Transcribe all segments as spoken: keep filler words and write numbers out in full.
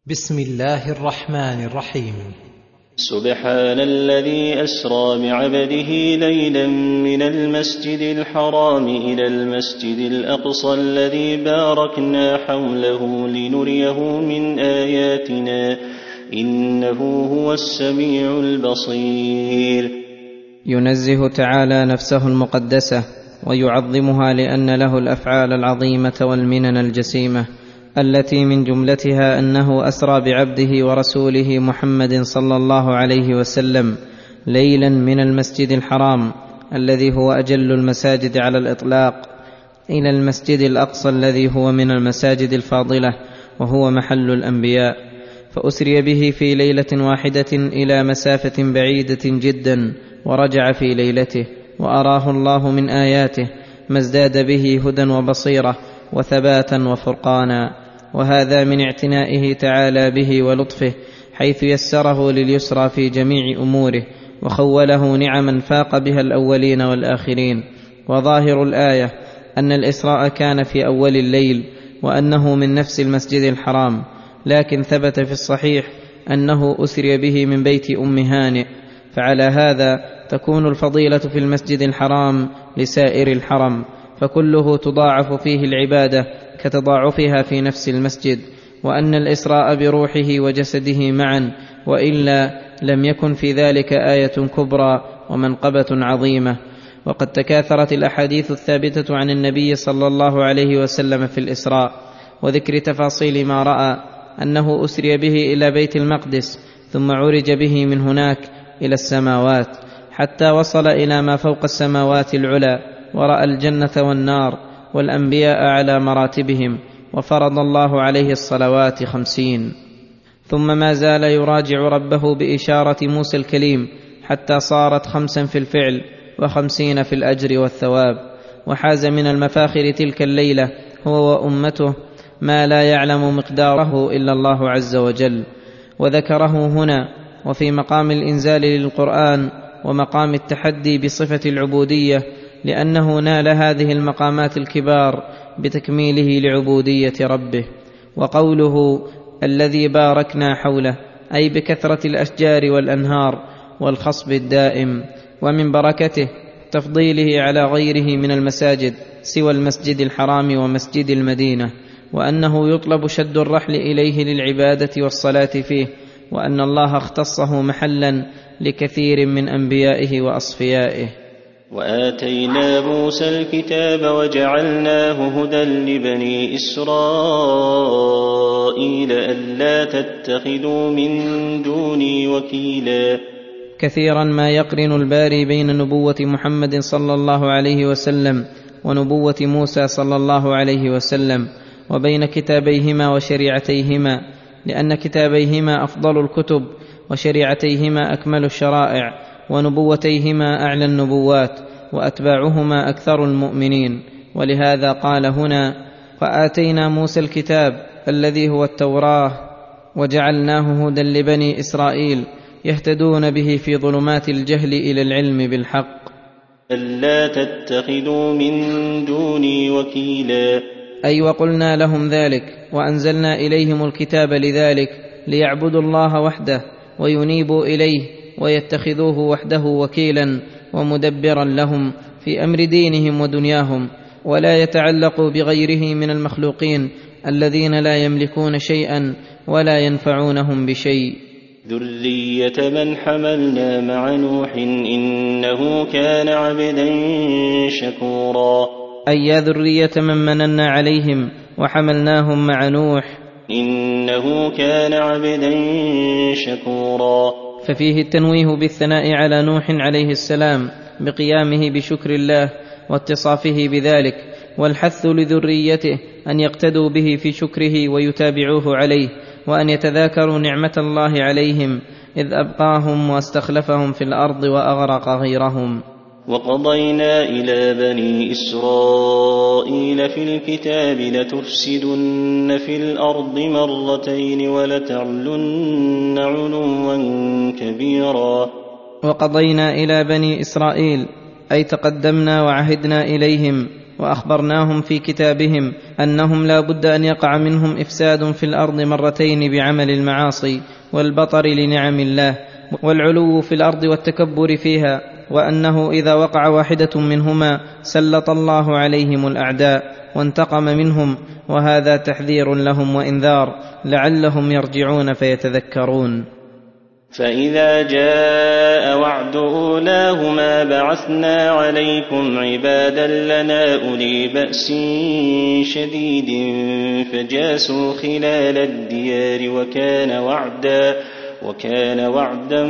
بسم الله الرحمن الرحيم. سبحان الذي أسرى بعبده ليلا من المسجد الحرام إلى المسجد الأقصى الذي باركنا حوله لنريه من آياتنا إنه هو السميع البصير. ينزه تعالى نفسه المقدسة ويعظمها لأن له الأفعال العظيمة والمنن الجسيمة التي من جملتها أنه أسرى بعبده ورسوله محمد صلى الله عليه وسلم ليلا من المسجد الحرام الذي هو أجل المساجد على الإطلاق إلى المسجد الأقصى الذي هو من المساجد الفاضلة وهو محل الأنبياء، فأسري به في ليلة واحدة إلى مسافة بعيدة جدا، ورجع في ليلته وأراه الله من آياته ما ازداد به هدى وبصيرة وثباتا وفرقانا، وهذا من اعتنائه تعالى به ولطفه، حيث يسره لليسرى في جميع أموره وخوله نعما فاق بها الأولين والآخرين. وظاهر الآية أن الإسراء كان في أول الليل وأنه من نفس المسجد الحرام، لكن ثبت في الصحيح أنه أسري به من بيت أم هانئ، فعلى هذا تكون الفضيلة في المسجد الحرام لسائر الحرم، فكله تضاعف فيه العبادة كتضاعفها في نفس المسجد، وأن الإسراء بروحه وجسده معا، وإلا لم يكن في ذلك آية كبرى ومنقبة عظيمة. وقد تكاثرت الأحاديث الثابتة عن النبي صلى الله عليه وسلم في الإسراء وذكر تفاصيل ما رأى، أنه أسري به إلى بيت المقدس ثم عرج به من هناك إلى السماوات حتى وصل إلى ما فوق السماوات العلى، ورأى الجنة والنار والأنبياء على مراتبهم، وفرض الله عليه الصلوات خمسين، ثم ما زال يراجع ربه بإشارة موسى الكليم حتى صارت خمسا في الفعل وخمسين في الأجر والثواب. وحاز من المفاخر تلك الليلة هو وأمته ما لا يعلم مقداره إلا الله عز وجل، وذكره هنا وفي مقام الإنزال للقرآن ومقام التحدي بصفة العبودية، لأنه نال هذه المقامات الكبار بتكميله لعبودية ربه. وقوله الذي باركنا حوله أي بكثرة الأشجار والأنهار والخصب الدائم، ومن بركته تفضيله على غيره من المساجد سوى المسجد الحرام ومسجد المدينة، وأنه يطلب شد الرحل إليه للعبادة والصلاة فيه، وأن الله اختصه محلا لكثير من أنبيائه وأصفيائه. وآتينا موسى الكتاب وجعلناه هدى لبني إسرائيل ألا تتخذوا من دوني وكيلا. كثيرا ما يقرن الباري بين نبوة محمد صلى الله عليه وسلم ونبوة موسى صلى الله عليه وسلم، وبين كتابيهما وشريعتيهما، لأن كتابيهما أفضل الكتب وشريعتيهما أكمل الشرائع، ونبوتيهما أعلى النبوات، وأتباعهما أكثر المؤمنين. ولهذا قال هنا: وآتينا موسى الكتاب الذي هو التوراة وجعلناه هدى لبني إسرائيل يهتدون به في ظلمات الجهل إلى العلم بالحق. ألا تتخذوا من دوني وكيلا، أي وقلنا لهم ذلك وأنزلنا إليهم الكتاب لذلك، ليعبدوا الله وحده وينيبوا إليه ويتخذوه وحده وكيلا ومدبرا لهم في أمر دينهم ودنياهم، ولا يتعلقوا بغيره من المخلوقين الذين لا يملكون شيئا ولا ينفعونهم بشيء. ذرية من حملنا مع نوح إنه كان عبدا شكورا، أي يا ذرية من مننا عليهم وحملناهم مع نوح إنه كان عبدا شكورا. ففيه التنويه بالثناء على نوح عليه السلام بقيامه بشكر الله واتصافه بذلك، والحث لذريته أن يقتدوا به في شكره ويتابعوه عليه، وأن يتذاكروا نعمة الله عليهم إذ أبقاهم واستخلفهم في الأرض وأغرق غيرهم. وقضينا إلى بني إسرائيل في الكتاب لتفسدن في الأرض مرتين ولتعلن علوا كبيرا. وقضينا إلى بني إسرائيل أي تقدمنا وعهدنا إليهم واخبرناهم في كتابهم انهم لا بد ان يقع منهم افساد في الارض مرتين بعمل المعاصي والبطر لنعم الله والعلو في الارض والتكبر فيها، وانه اذا وقع واحده منهما سلط الله عليهم الاعداء وانتقم منهم، وهذا تحذير لهم وانذار لعلهم يرجعون فيتذكرون. فإذا جاء وعد أولاهما بعثنا عليكم عبادا لنا أولي بأس شديد فجاسوا خلال الديار وكان وعدا وكان وعدا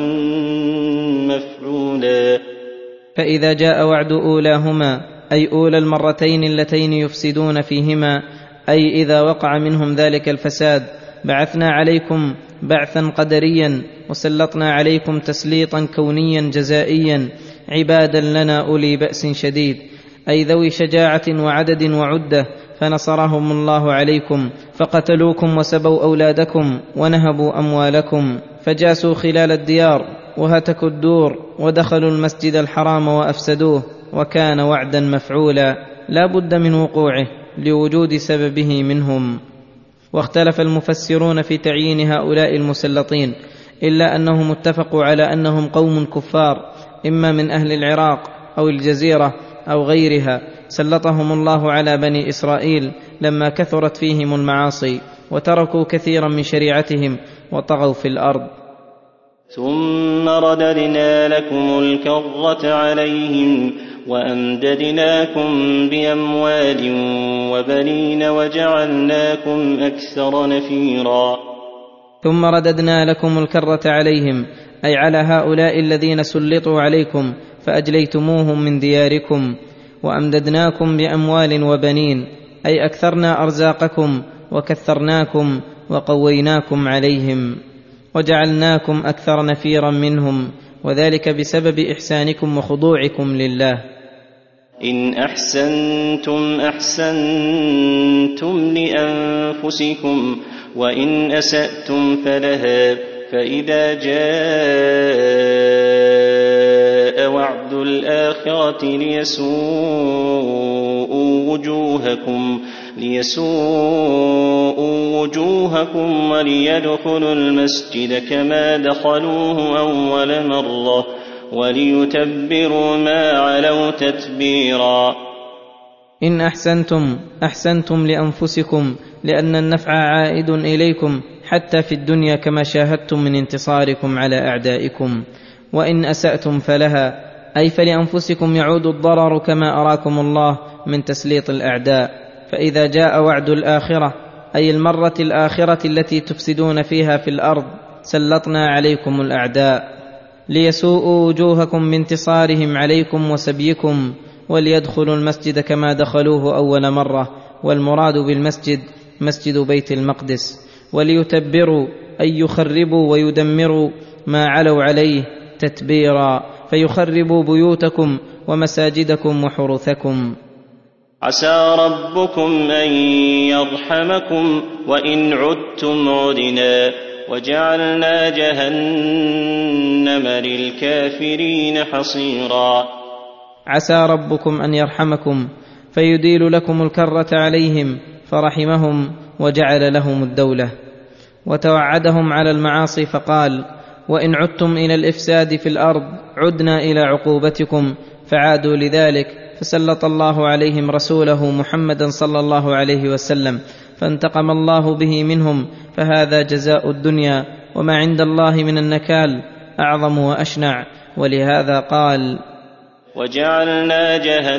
مفعولا. فإذا جاء وعد أولاهما أي أولى المرتين اللتين يفسدون فيهما، أي إذا وقع منهم ذلك الفساد بعثنا عليكم بعثا قدريا وسلطنا عليكم تسليطا كونيا جزائيا عبادا لنا أولي بأس شديد، أي ذوي شجاعة وعدد وعدة، فنصرهم الله عليكم فقتلوكم وسبوا أولادكم ونهبوا أموالكم، فجاسوا خلال الديار وهتكوا الدور ودخلوا المسجد الحرام وأفسدوه، وكان وعدا مفعولا لا بد من وقوعه لوجود سببه منهم. واختلف المفسرون في تعيين هؤلاء المسلطين، إلا أنهم اتفقوا على أنهم قوم كفار إما من أهل العراق أو الجزيرة أو غيرها، سلطهم الله على بني إسرائيل لما كثرت فيهم المعاصي وتركوا كثيرا من شريعتهم وطغوا في الأرض. ثم رددنا لكم الكرة عليهم وأمددناكم بأموال وبنين وجعلناكم أكثر نفيرا. ثم رددنا لكم الكرة عليهم أي على هؤلاء الذين سلطوا عليكم فأجليتموهم من دياركم، وأمددناكم بأموال وبنين أي أكثرنا أرزاقكم وكثرناكم وقويناكم عليهم وجعلناكم أكثر نفيرا منهم، وذلك بسبب إحسانكم وخضوعكم لله. إن أحسنتم أحسنتم لأنفسكم وإن أسأتم فلها، فإذا جاء وعد الآخرة ليسوءوا وجوهكم ليسوءوا وجوهكم وليدخلوا المسجد كما دخلوه أول مرة وليتبروا ما علوا تتبيرا. إن أحسنتم أحسنتم لأنفسكم، لأن النفع عائد إليكم حتى في الدنيا كما شاهدتم من انتصاركم على أعدائكم، وإن أسأتم فلها أي فلأنفسكم يعود الضرر كما أراكم الله من تسليط الأعداء. فإذا جاء وعد الآخرة أي المرة الآخرة التي تفسدون فيها في الأرض سلطنا عليكم الأعداء ليسوءوا وجوهكم بانتصارهم عليكم وسبيكم، وليدخلوا المسجد كما دخلوه أول مرة، والمراد بالمسجد مسجد بيت المقدس، وليتبروا أي يخربوا ويدمروا ما علوا عليه تتبيرا، فيخربوا بيوتكم ومساجدكم وحرثكم. عسى ربكم أن يرحمكم وإن عدتم عدنا وجعلنا جهنم للكافرين حصيرا. عسى ربكم أن يرحمكم فيديل لكم الكرة عليهم فرحمهم وجعل لهم الدولة، وتوعدهم على المعاصي فقال: وإن عدتم إلى الإفساد في الأرض عدنا إلى عقوبتكم، فعادوا لذلك فسلط الله عليهم رسوله محمدا صلى الله عليه وسلم فانتقم الله به منهم، فهذا جزاء الدنيا، وما عند الله من النكال أعظم وأشنع. ولهذا قال: وجعلنا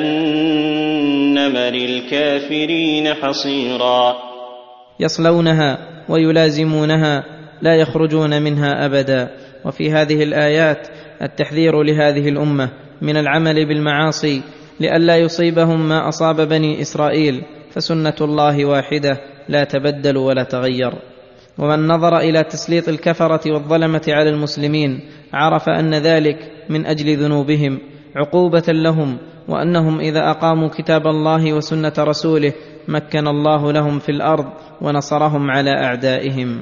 جهنم للكافرين حصيرا. يصلونها ويلازمونها لا يخرجون منها أبدا. وفي هذه الآيات التحذير لهذه الأمة من العمل بالمعاصي لئلا يصيبهم ما أصاب بني إسرائيل، فسنة الله واحدة لا تبدل ولا تغير. ومن نظر إلى تسليط الكفرة والظلمة على المسلمين عرف أن ذلك من أجل ذنوبهم عقوبة لهم، وأنهم إذا أقاموا كتاب الله وسنة رسوله مكن الله لهم في الأرض ونصرهم على أعدائهم.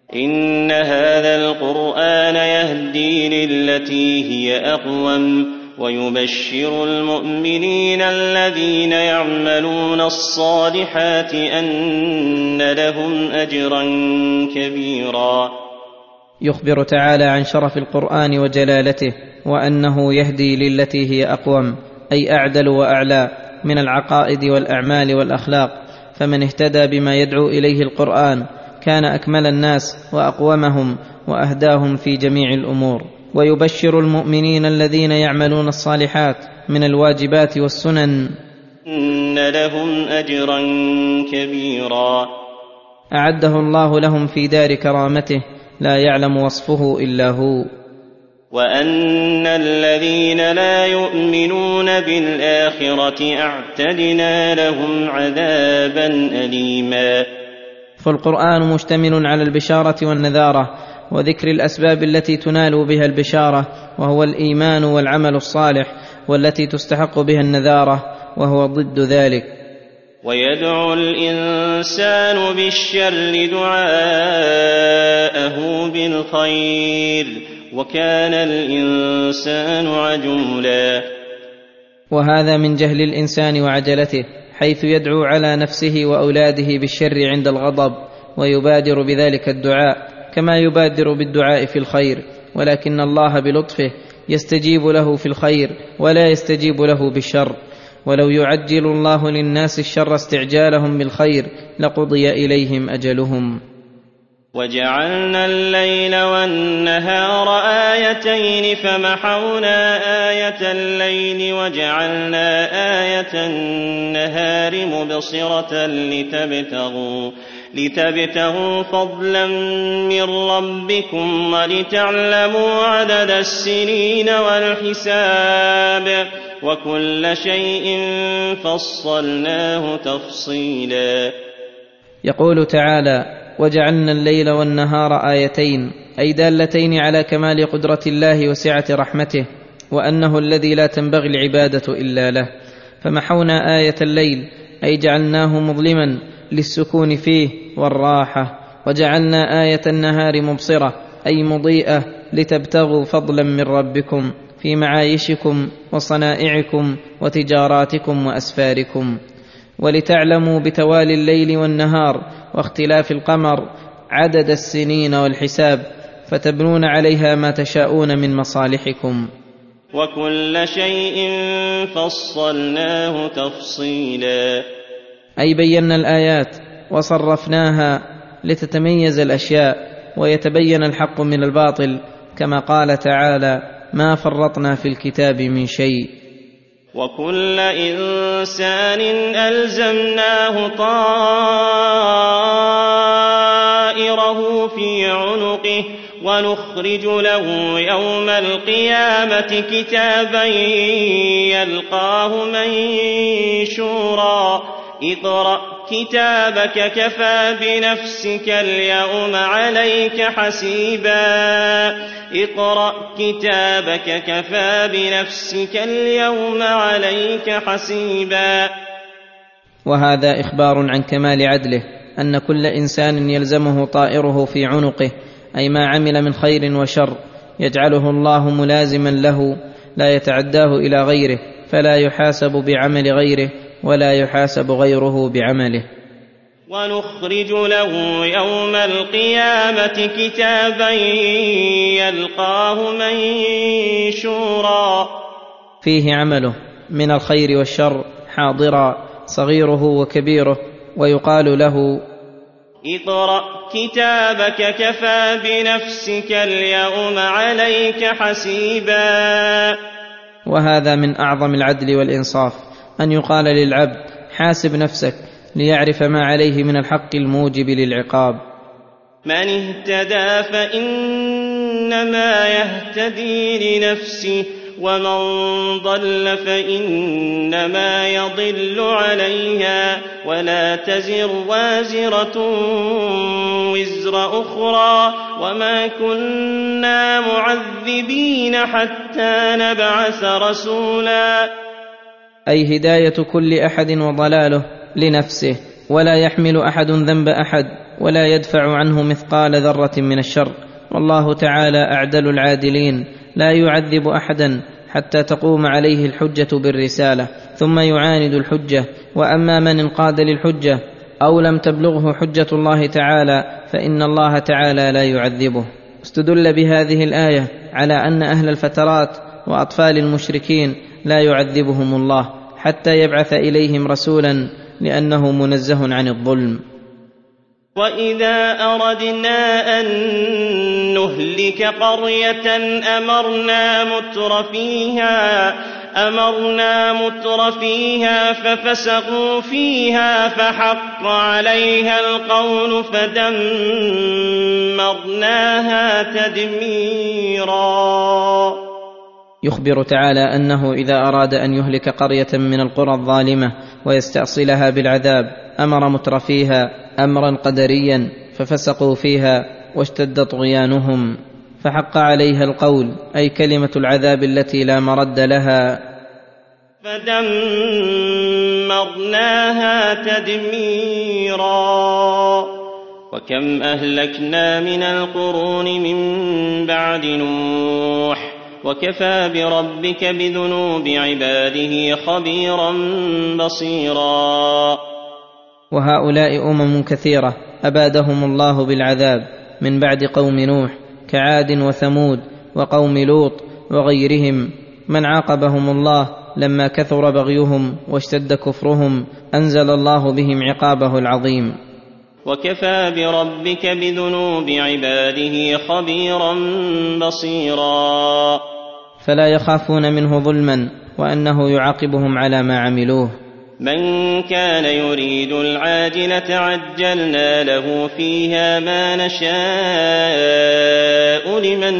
إن هذا القرآن يهدي للتي هي أقوم ويبشر المؤمنين الذين يعملون الصالحات أن لهم أجرا كبيرا. يخبر تعالى عن شرف القرآن وجلالته، وأنه يهدي للتي هي أقوم، أي أعدل وأعلى من العقائد والأعمال والأخلاق، فمن اهتدى بما يدعو إليه القرآن كان أكمل الناس وأقومهم وأهداهم في جميع الأمور. ويبشر المؤمنين الذين يعملون الصالحات من الواجبات والسنن إن لهم أجرا كبيرا، أعده الله لهم في دار كرامته لا يعلم وصفه إلا هو. وأن الذين لا يؤمنون بالآخرة أعتدنا لهم عذابا أليما. فالقرآن مشتمل على البشارة والنذارة وذكر الأسباب التي تنال بها البشارة، وهو الإيمان والعمل الصالح، والتي تستحق بها النذارة وهو ضد ذلك. ويدعو الإنسان بالشر دعاءه بالخير وكان الإنسان عجولا. وهذا من جهل الإنسان وعجلته، حيث يدعو على نفسه وأولاده بالشر عند الغضب، ويبادر بذلك الدعاء كما يبادر بالدعاء في الخير، ولكن الله بلطفه يستجيب له في الخير ولا يستجيب له بالشر. ولو يعجل الله للناس الشر استعجالهم بالخير لقضي إليهم أجلهم. وجعلنا الليل والنهار آيتين فمحونا آية الليل وجعلنا آية النهار مبصرة لتبتغوا لتبتغوا فضلا من ربكم ولتعلموا عدد السنين والحساب وكل شيء فصلناه تفصيلا. يقول تعالى: وجعلنا الليل والنهار آيتين، أي دالتين على كمال قدرة الله وسعة رحمته، وأنه الذي لا تنبغي العبادة إلا له. فمحونا آية الليل، أي جعلناه مظلما للسكون فيه والراحة، وجعلنا آية النهار مبصرة، أي مضيئة لتبتغوا فضلا من ربكم في معايشكم وصنائعكم وتجاراتكم وأسفاركم، ولتعلموا بتوالي الليل والنهار واختلاف القمر عدد السنين والحساب، فتبنون عليها ما تشاءون من مصالحكم. وكل شيء فصلناه تفصيلا، أي بينا الآيات وصرفناها لتتميز الأشياء ويتبين الحق من الباطل، كما قال تعالى: ما فرطنا في الكتاب من شيء. وكل إنسان ألزمناه طائره في عنقه ونخرج له يوم القيامة كتابا يلقاه منشورا. اقرأ كتابك كفى بنفسك اليوم عليك حسيبا. اقرأ كتابك كفى بنفسك اليوم عليك حسيبا. وهذا إخبار عن كمال عدله، أن كل إنسان يلزمه طائره في عنقه، أي ما عمل من خير وشر يجعله الله ملازما له، لا يتعداه إلى غيره، فلا يحاسب بعمل غيره ولا يحاسب غيره بعمله. ونخرج له يوم القيامة كتابا يلقاه منشورا، فيه عمله من الخير والشر حاضرا صغيره وكبيره، ويقال له: اقرأ كتابك كفى بنفسك اليوم عليك حسيبا. وهذا من أعظم العدل والإنصاف، أن يقال للعبد: حاسب نفسك، ليعرف ما عليه من الحق الموجب للعقاب. من اهتدى فإنما يهتدي لنفسه ومن ضل فإنما يضل عليها ولا تزر وازرة وزر أخرى وما كنا معذبين حتى نبعث رسولا. أي هداية كل أحد وضلاله لنفسه، ولا يحمل أحد ذنب أحد ولا يدفع عنه مثقال ذرة من الشر. والله تعالى أعدل العادلين، لا يعذب أحدا حتى تقوم عليه الحجة بالرسالة ثم يعاند الحجة. وأما من انقاد للحجة أو لم تبلغه حجة الله تعالى فإن الله تعالى لا يعذبه. استدل بهذه الآية على أن أهل الفترات وأطفال المشركين لا يعذبهم الله حتى يبعث إليهم رسولا لأنه منزه عن الظلم. وإذا أردنا أن نهلك قرية أمرنا متر فيها أمرنا متر فيها ففسقوا فيها فحق عليها القول فدمرناها تدميرا. يخبر تعالى أنه إذا أراد أن يهلك قرية من القرى الظالمة ويستأصلها بالعذاب أمر مترفيها أمرا قدريا ففسقوا فيها واشتد طغيانهم، فحق عليها القول أي كلمة العذاب التي لا مرد لها. فدمرناها تدميرا. وكم أهلكنا من القرون من بعد نوح وكفى بربك بذنوب عباده خبيرا بصيرا. وهؤلاء أمم كثيرة أبادهم الله بالعذاب من بعد قوم نوح كعاد وثمود وقوم لوط وغيرهم، من عاقبهم الله لما كثر بغيهم واشتد كفرهم أنزل الله بهم عقابه العظيم. وكفى بربك بذنوب عباده خبيرا بصيرا. فلا يخافون منه ظلما وأنه يعاقبهم على ما عملوه. من كان يريد العاجلة عجلنا له فيها ما نشاء لمن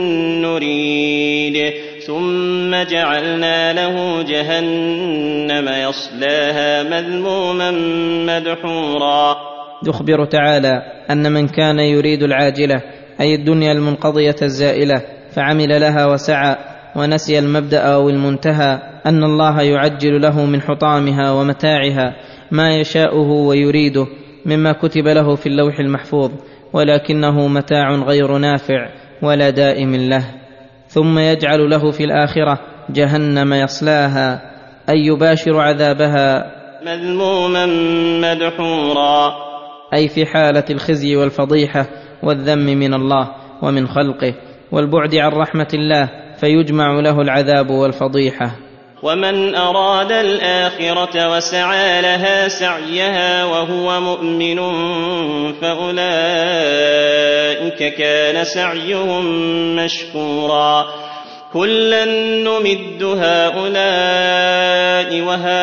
نريد ثم جعلنا له جهنم يصلاها مذموما مدحورا. يخبر تعالى أن من كان يريد العاجلة أي الدنيا المنقضية الزائلة فعمل لها وسعى ونسي المبدأ أو المنتهى أن الله يعجل له من حطامها ومتاعها ما يشاءه ويريده مما كتب له في اللوح المحفوظ، ولكنه متاع غير نافع ولا دائم له، ثم يجعل له في الآخرة جهنم يصلاها أي يباشر عذابها مذموما مدحورا، أي في حالة الخزي والفضيحة والذم من الله ومن خلقه والبعد عن رحمة الله فيجمع له العذاب والفضيحة. ومن أراد الآخرة وسعى لها سعيها وهو مؤمن فأولئك كان سعيهم مشكورا. كلا نمد هؤلاء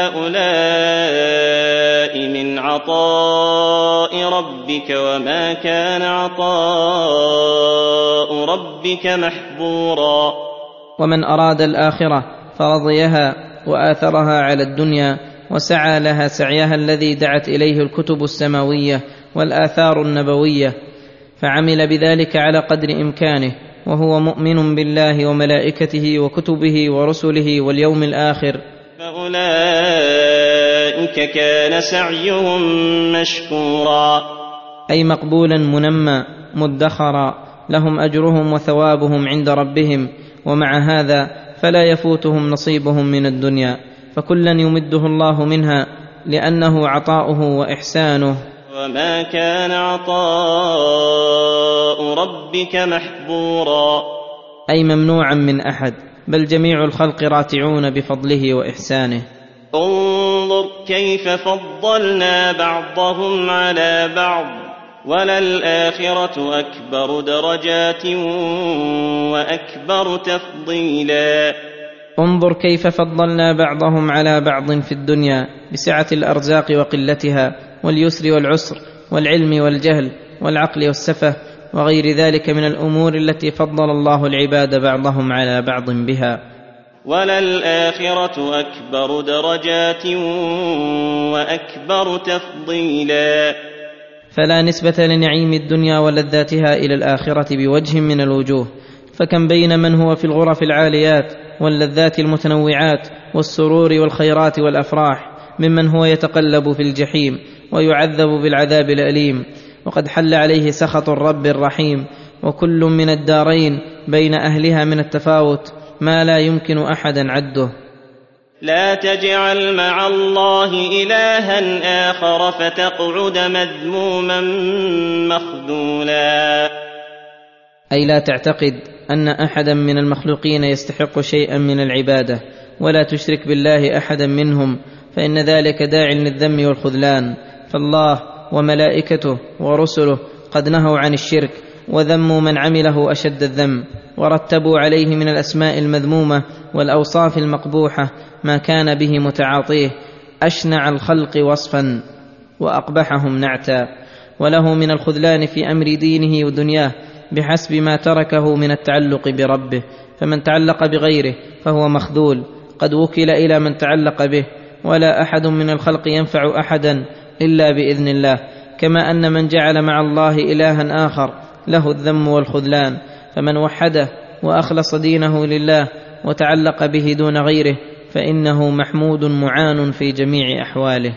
وهؤلاء من عطاء ربك وما كان عطاء ربك محظورا. ومن أراد الآخرة فرضيها وآثرها على الدنيا وسعى لها سعيها الذي دعت إليه الكتب السماوية والآثار النبوية فعمل بذلك على قدر إمكانه وهو مؤمن بالله وملائكته وكتبه ورسله واليوم الآخر فأولئك كان سعيهم مشكورا، أي مقبولا منمى مدخرا، لهم أجرهم وثوابهم عند ربهم، ومع هذا فلا يفوتهم نصيبهم من الدنيا، فكلا يمده الله منها لأنه عطاؤه وإحسانه. وما كان عطاء ربك محظورا، أي ممنوعا من أحد، بل جميع الخلق راتعون بفضله وإحسانه. انظر كيف فضلنا بعضهم على بعض وللآخرة أكبر درجات وأكبر تفضيلا. انظر كيف فضلنا بعضهم على بعض في الدنيا بسعة الأرزاق وقلتها واليسر والعسر والعلم والجهل والعقل والسفه وغير ذلك من الأمور التي فضل الله العباد بعضهم على بعض بها. وللآخرة أكبر درجات وأكبر تفضيلا. فلا نسبة لنعيم الدنيا ولذاتها إلى الآخرة بوجه من الوجوه، فكم بين من هو في الغرف العاليات واللذات المتنوعات والسرور والخيرات والأفراح ممن هو يتقلب في الجحيم ويعذب بالعذاب الأليم، وقد حل عليه سخط الرب الرحيم، وكل من الدارين بين أهلها من التفاوت ما لا يمكن أحدا عده. لا تجعل مع الله إلها آخر فتقعد مذموما مخذولا. أي لا تعتقد أن أحدا من المخلوقين يستحق شيئا من العبادة، ولا تشرك بالله أحدا منهم، فإن ذلك داع للذم والخذلان. فالله وملائكته ورسله قد نهوا عن الشرك وذموا من عمله أشد الذم، ورتبوا عليه من الأسماء المذمومة والأوصاف المقبوحة ما كان به متعاطيه أشنع الخلق وصفا وأقبحهم نعتا، وله من الخذلان في أمر دينه ودنياه بحسب ما تركه من التعلق بربه. فمن تعلق بغيره فهو مخذول، قد وكل إلى من تعلق به، ولا أحد من الخلق ينفع أحدا إلا بإذن الله. كما أن من جعل مع الله إلها آخر له الذم والخذلان. فمن وحده وأخلص دينه لله وتعلق به دون غيره فإنه محمود معان في جميع أحواله.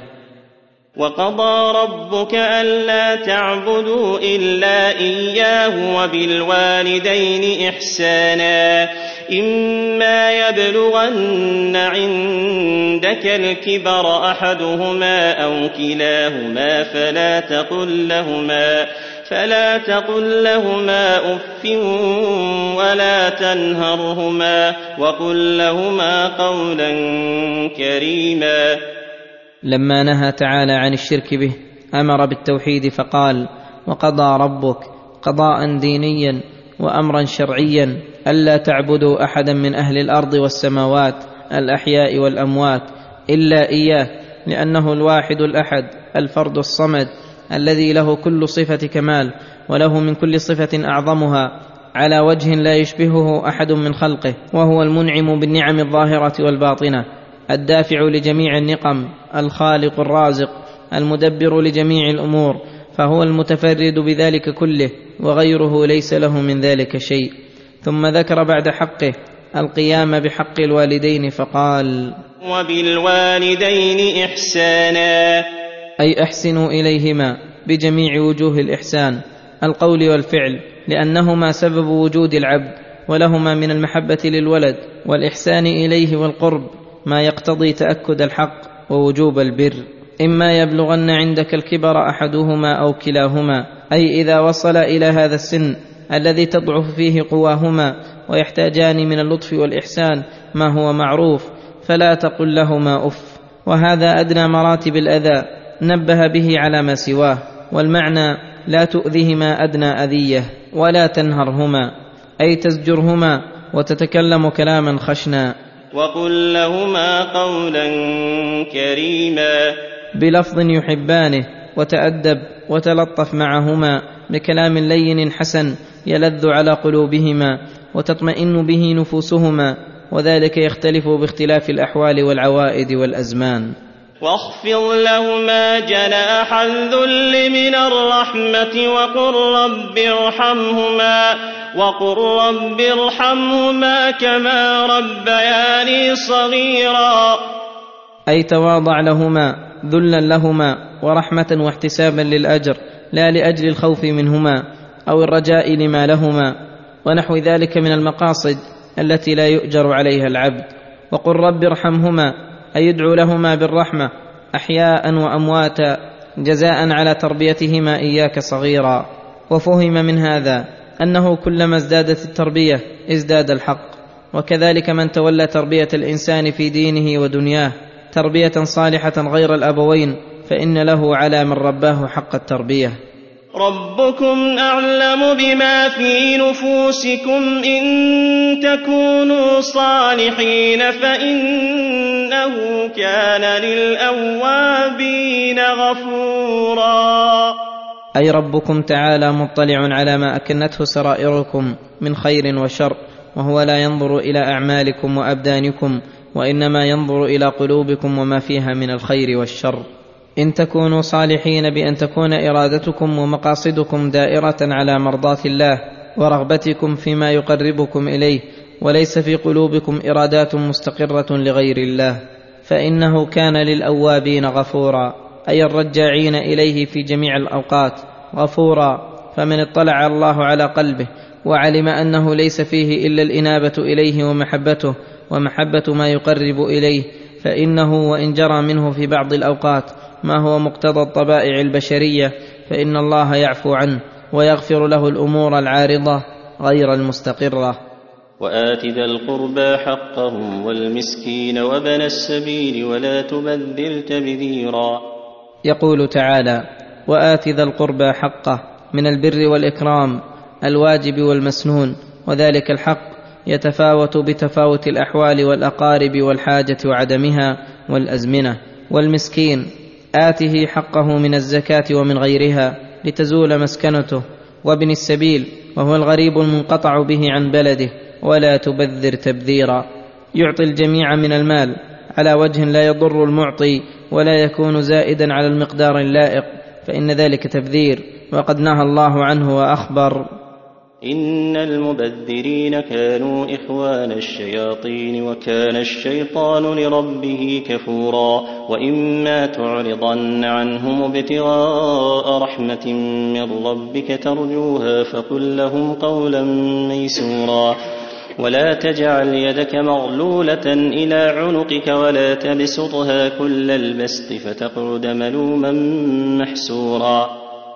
وقضى ربك ألا تعبدوا إلا إياه وبالوالدين إحسانا إما يبلغن عندك الكبر أحدهما أو كلاهما فلا تقل لهما فلا تقل لهما أف ولا تنهرهما وقل لهما قولا كريما. لما نهى تعالى عن الشرك به أمر بالتوحيد فقال: وقضى ربك، قضاء دينيا وأمرا شرعيا، ألا تعبدوا أحدا من أهل الأرض والسماوات الأحياء والأموات إلا إياه، لأنه الواحد الأحد الفرد الصمد الذي له كل صفة كمال، وله من كل صفة أعظمها على وجه لا يشبهه أحد من خلقه، وهو المنعم بالنعم الظاهرة والباطنة، الدافع لجميع النقم، الخالق الرازق، المدبر لجميع الأمور، فهو المتفرد بذلك كله، وغيره ليس له من ذلك شيء. ثم ذكر بعد حقه القيام بحق الوالدين فقال: وبالوالدين إحسانا، أي أحسنوا إليهما بجميع وجوه الإحسان، القول والفعل، لأنهما سبب وجود العبد، ولهما من المحبة للولد والإحسان إليه والقرب ما يقتضي تأكد الحق ووجوب البر. إما يبلغن عندك الكبر أحدهما أو كلاهما، أي إذا وصل إلى هذا السن الذي تضعف فيه قواهما ويحتاجان من اللطف والإحسان ما هو معروف، فلا تقل لهما أف، وهذا أدنى مراتب الأذى نبه به على ما سواه. والمعنى لا تؤذهما أدنى أذية، ولا تنهرهما أي تزجرهما وتتكلم كلاما خشنا. وقل لهما قولا كريما، بلفظ يحبانه، وتأدب وتلطف معهما بكلام لين حسن يلذ على قلوبهما وتطمئن به نفوسهما، وذلك يختلف باختلاف الأحوال والعوائد والأزمان. واخفض لهما جناح الذل من الرحمة وقل رب ارحمهما وقل رب ارحمهما كما ربياني صغيرا، أي تواضع لهما ذلا لهما ورحمة واحتسابا للأجر، لا لأجل الخوف منهما أو الرجاء لما لهما، ونحو ذلك من المقاصد التي لا يؤجر عليها العبد. وقل رب ارحمهما أي يدعو لهما بالرحمة أحياء وأمواتا جزاء على تربيتهما إياك صغيرا. وفهم من هذا أنه كلما ازدادت التربية ازداد الحق، وكذلك من تولى تربية الإنسان في دينه ودنياه تربية صالحة غير الأبوين فإن له على من رباه حق التربية. ربكم أعلم بما في نفوسكم إن تكونوا صالحين فإنه كان للأوابين غفورا، أي ربكم تعالى مطلع على ما أكنته سرائركم من خير وشر، وهو لا ينظر إلى أعمالكم وأبدانكم، وإنما ينظر إلى قلوبكم وما فيها من الخير والشر. إن تكونوا صالحين بأن تكون إرادتكم ومقاصدكم دائرة على مرضاة الله ورغبتكم فيما يقربكم إليه، وليس في قلوبكم إرادات مستقرة لغير الله، فإنه كان للأوابين غفورا، أي الرجاعين إليه في جميع الأوقات غفورا. فمن اطلع الله على قلبه وعلم أنه ليس فيه إلا الإنابة إليه ومحبته ومحبة ما يقرب إليه، فإنه وإن جرى منه في بعض الأوقات ما هو مقتضى الطبائع البشرية فإن الله يعفو عنه ويغفر له الأمور العارضة غير المستقرة. وآت ذا القربى حقه والمسكين وابن السبيل ولا تبذر تبذيرا. يقول تعالى: وآت ذا القربى حقه، من البر والإكرام الواجب والمسنون، وذلك الحق يتفاوت بتفاوت الأحوال والأقارب والحاجة وعدمها والأزمنة. والمسكين آته حقه من الزكاة ومن غيرها لتزول مسكنته. وابن السبيل وهو الغريب المنقطع به عن بلده. ولا تبذر تبذيرا، يعطي الجميع من المال على وجه لا يضر المعطي ولا يكون زائدا على المقدار اللائق، فإن ذلك تبذير، وقد نهى الله عنه وأخبر: إن المبذرين كانوا إخوان الشياطين وكان الشيطان لربه كفورا. وإما تعرضن عنهم ابتغاء رحمة من ربك ترجوها فقل لهم قولا ميسورا. ولا تجعل يدك مغلولة إلى عنقك ولا تبسطها كل البسط فتقعد ملوما محسورا.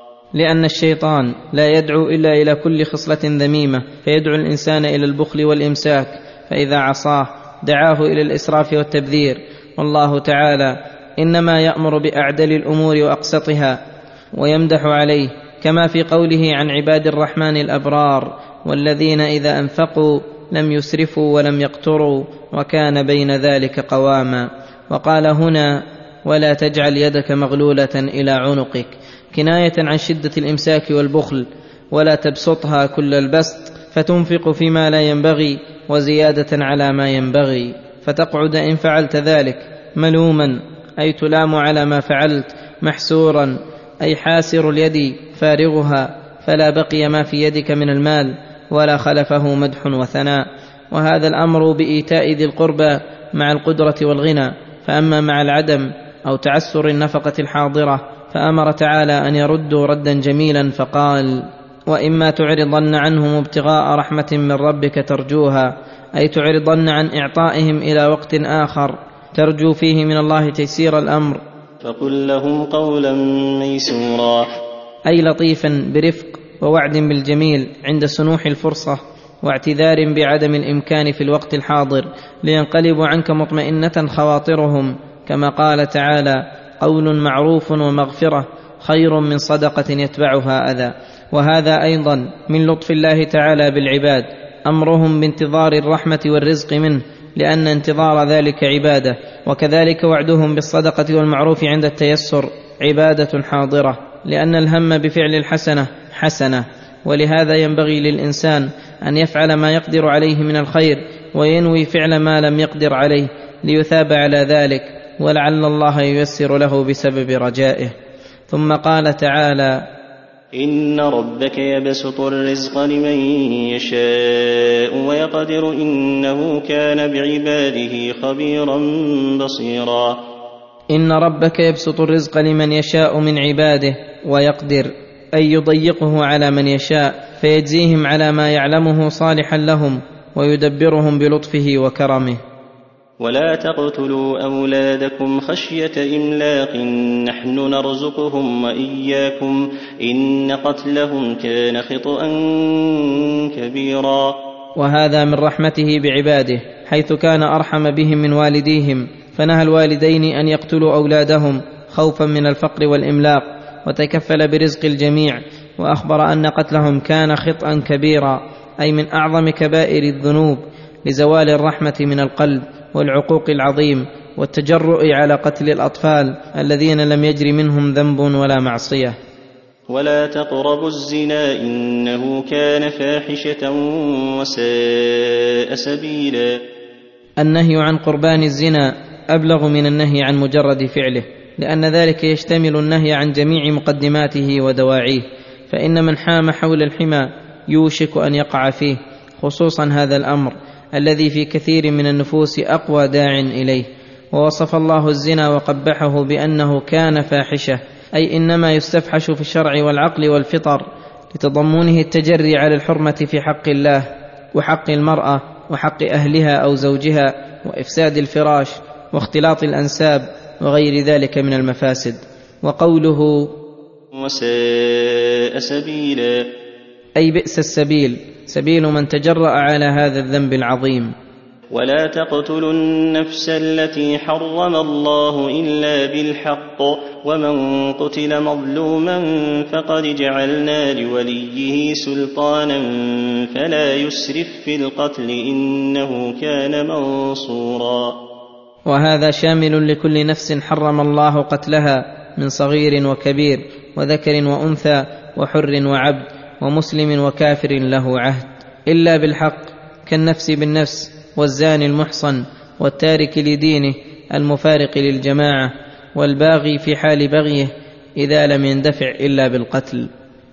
لأن الشيطان لا يدعو إلا إلى كل خصلة ذميمة، فيدعو الإنسان إلى البخل والإمساك، فإذا عصاه دعاه إلى الإسراف والتبذير. والله تعالى إنما يأمر بأعدل الأمور وأقسطها ويمدح عليه، كما في قوله عن عباد الرحمن الأبرار: والذين إذا أنفقوا لم يسرفوا ولم يقتروا وكان بين ذلك قواما. وقال هنا: ولا تجعل يدك مغلولة إلى عنقك، كناية عن شدة الإمساك والبخل. ولا تبسطها كل البسط فتنفق فيما لا ينبغي وزيادة على ما ينبغي، فتقعد إن فعلت ذلك ملوما، أي تلام على ما فعلت، محسورا، أي حاسر اليد فارغها، فلا بقي ما في يدك من المال ولا خلفه مدح وثناء. وهذا الأمر بإيتاء ذي القربى مع القدرة والغنى. فأما مع العدم أو تعسر النفقة الحاضرة فأمر تعالى أن يردوا ردا جميلا فقال: وإما تعرضن عنهم ابتغاء رحمة من ربك ترجوها، أي تعرضن عن إعطائهم إلى وقت آخر ترجو فيه من الله تيسير الأمر، فقل لهم قولا ميسورا، أي لطيفا برفق ووعد بالجميل عند سنوح الفرصة واعتذار بعدم الإمكان في الوقت الحاضر، لينقلبوا عنك مطمئنة خواطرهم، كما قال تعالى: قول معروف ومغفرة خير من صدقة يتبعها أذى. وهذا أيضا من لطف الله تعالى بالعباد، أمرهم بانتظار الرحمة والرزق منه، لأن انتظار ذلك عبادة. وكذلك وعدهم بالصدقة والمعروف عند التيسر عبادة حاضرة، لأن الهم بفعل الحسنة حسنة. ولهذا ينبغي للإنسان أن يفعل ما يقدر عليه من الخير وينوي فعل ما لم يقدر عليه ليثاب على ذلك، ولعل الله ييسر له بسبب رجائه. ثم قال تعالى: إن ربك يبسط الرزق لمن يشاء ويقدر إنه كان بعباده خبيرا بصيرا. إن ربك يبسط الرزق لمن يشاء من عباده ويقدر، أي يضيقه على من يشاء فيجزيهم على ما يعلمه صالحا لهم ويدبرهم بلطفه وكرمه. ولا تقتلوا أولادكم خشية إملاق نحن نرزقهم وإياكم إن قتلهم كان خطأ كبيرا. وهذا من رحمته بعباده، حيث كان أرحم بهم من والديهم، فنهى الوالدين أن يقتلوا أولادهم خوفا من الفقر والإملاق، وتكفل برزق الجميع، وأخبر أن قتلهم كان خطأ كبيرا، أي من أعظم كبائر الذنوب، لزوال الرحمة من القلب والعقوق العظيم والتجرؤ على قتل الأطفال الذين لم يجر منهم ذنب ولا معصية. ولا تقربوا الزنا إنه كان فاحشة وساء سبيلا. النهي عن قربان الزنا أبلغ من النهي عن مجرد فعله، لأن ذلك يشتمل النهي عن جميع مقدماته ودواعيه، فإن من حام حول الحمى يوشك أن يقع فيه، خصوصا هذا الأمر الذي في كثير من النفوس أقوى داع إليه. ووصف الله الزنا وقبحه بأنه كان فاحشة، أي إنما يستفحش في الشرع والعقل والفطر، لتضمنه التجري على الحرمة في حق الله وحق المرأة وحق أهلها أو زوجها وإفساد الفراش واختلاط الأنساب وغير ذلك من المفاسد. وقوله وساء سبيلا أي بئس السبيل، سبيل من تجرأ على هذا الذنب العظيم. ولا تقتلوا النفس التي حرم الله إلا بالحق ومن قتل مظلوما فقد جعلنا لوليه سلطانا فلا يسرف في القتل إنه كان منصورا. وهذا شامل لكل نفس حرم الله قتلها من صغير وكبير وذكر وأنثى وحر وعبد ومسلم وكافر له عهد إلا بالحق، كالنفس بالنفس والزاني المحصن والتارك لدينه المفارق للجماعة والباغي في حال بغيه إذا لم يندفع إلا بالقتل.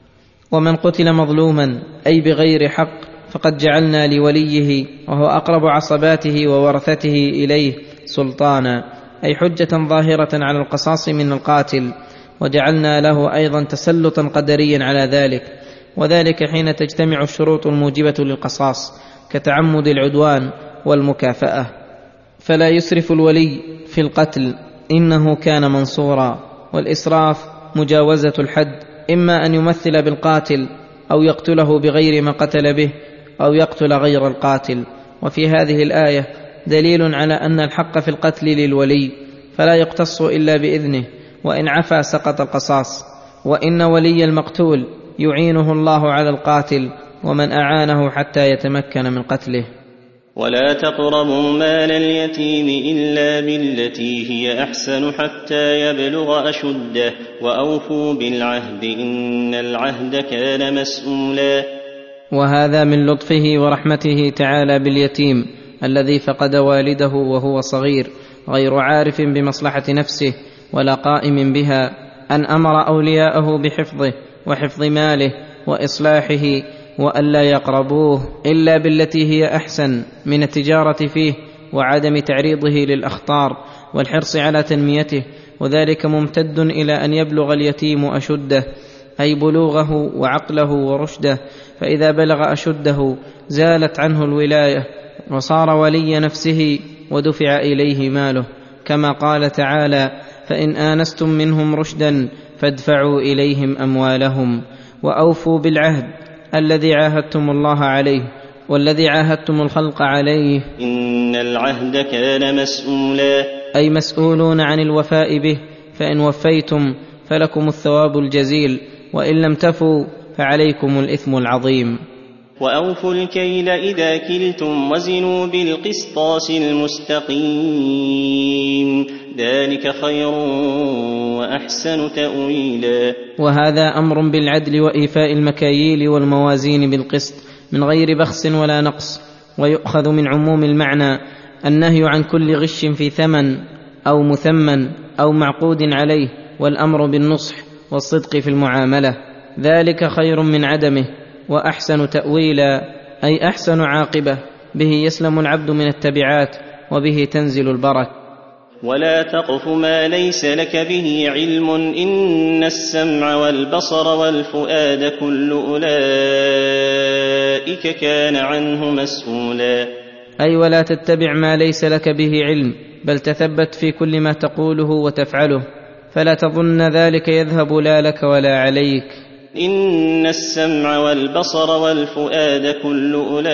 ومن قتل مظلوما أي بغير حق فقد جعلنا لوليه وهو أقرب عصباته وورثته إليه سلطانا، أي حجة ظاهرة على القصاص من القاتل، وجعلنا له أيضا تسلطا قدريا على ذلك، وذلك حين تجتمع الشروط الموجبة للقصاص كتعمد العدوان والمكافأة. فلا يسرف الولي في القتل إنه كان منصورا. والإسراف مجاوزة الحد، إما أن يمثل بالقاتل أو يقتله بغير ما قتل به أو يقتل غير القاتل. وفي هذه الآية دليل على أن الحق في القتل للولي فلا يقتص إلا بإذنه، وإن عفا سقط القصاص، وإن ولي المقتول يعينه الله على القاتل ومن أعانه حتى يتمكن من قتله. ولا تقربوا مال اليتيم إلا بالتي هي أحسن حتى يبلغ أشده وأوفوا بالعهد إن العهد كان مسؤولا. وهذا من لطفه ورحمته تعالى باليتيم الذي فقد والده وهو صغير غير عارف بمصلحة نفسه ولا قائم بها، أن أمر أولياءه بحفظه وحفظ ماله وإصلاحه وألا يقربوه إلا بالتي هي أحسن من التجارة فيه وعدم تعريضه للأخطار والحرص على تنميته، وذلك ممتد إلى أن يبلغ اليتيم أشده أي بلوغه وعقله ورشده، فإذا بلغ أشده زالت عنه الولاية وصار ولي نفسه ودفع إليه ماله، كما قال تعالى فإن آنستم منهم رشدا فادفعوا إليهم أموالهم. وأوفوا بالعهد الذي عاهدتم الله عليه والذي عاهدتم الخلق عليه إن العهد كان مسؤولا، أي مسؤولون عن الوفاء به، فإن وفيتم فلكم الثواب الجزيل وإن لم تفوا فعليكم الإثم العظيم. وأوفوا الكيل إذا كلتم وزنوا بالقسطاس المستقيم ذلك خير وأحسن تأويلا. وهذا أمر بالعدل وإيفاء المكاييل والموازين بالقسط من غير بخس ولا نقص، ويؤخذ من عموم المعنى النهي عن كل غش في ثمن أو مثمن أو معقود عليه، والأمر بالنصح والصدق في المعاملة، ذلك خير من عدمه وأحسن تأويلا أي أحسن عاقبة، به يسلم العبد من التبعات وبه تنزل البركة. ولا تقف ما ليس لك به علم إن السمع والبصر والفؤاد كل أولئك كان عنه مسؤولا، أي ولا تتبع ما ليس لك به علم، بل تثبت في كل ما تقوله وتفعله، فلا تظن ذلك يذهب لا لك ولا عليك. إن السمع والبصر والفؤاد كل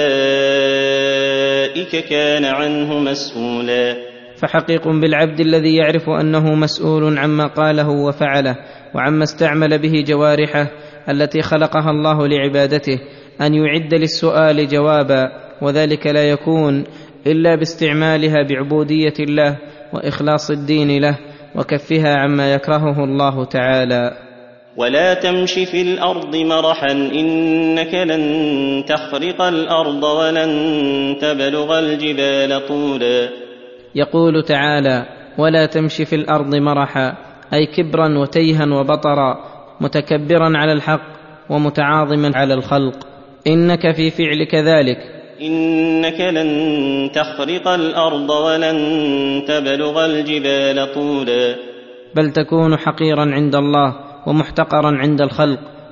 أولئك كان عنه مسؤولا. فحقيق بالعبد الذي يعرف أنه مسؤول عما قاله وفعله وعما استعمل به جوارحه التي خلقها الله لعبادته أن يعد للسؤال جوابا، وذلك لا يكون إلا باستعمالها بعبودية الله وإخلاص الدين له وكفها عما يكرهه الله تعالى. ولا تمش في الأرض مرحا إنك لن تخرق الأرض ولن تبلغ الجبال طولا. يقول تعالى ولا تمش في الأرض مرحا، أي كبرا وتيها وبطرا، متكبرا على الحق ومتعاظما على الخلق، إنك في فعلك ذلك إنك لن تخرق الأرض ولن تبلغ الجبال طولا، بل تكون حقيرا عند الله ومحتقرا عند الخلق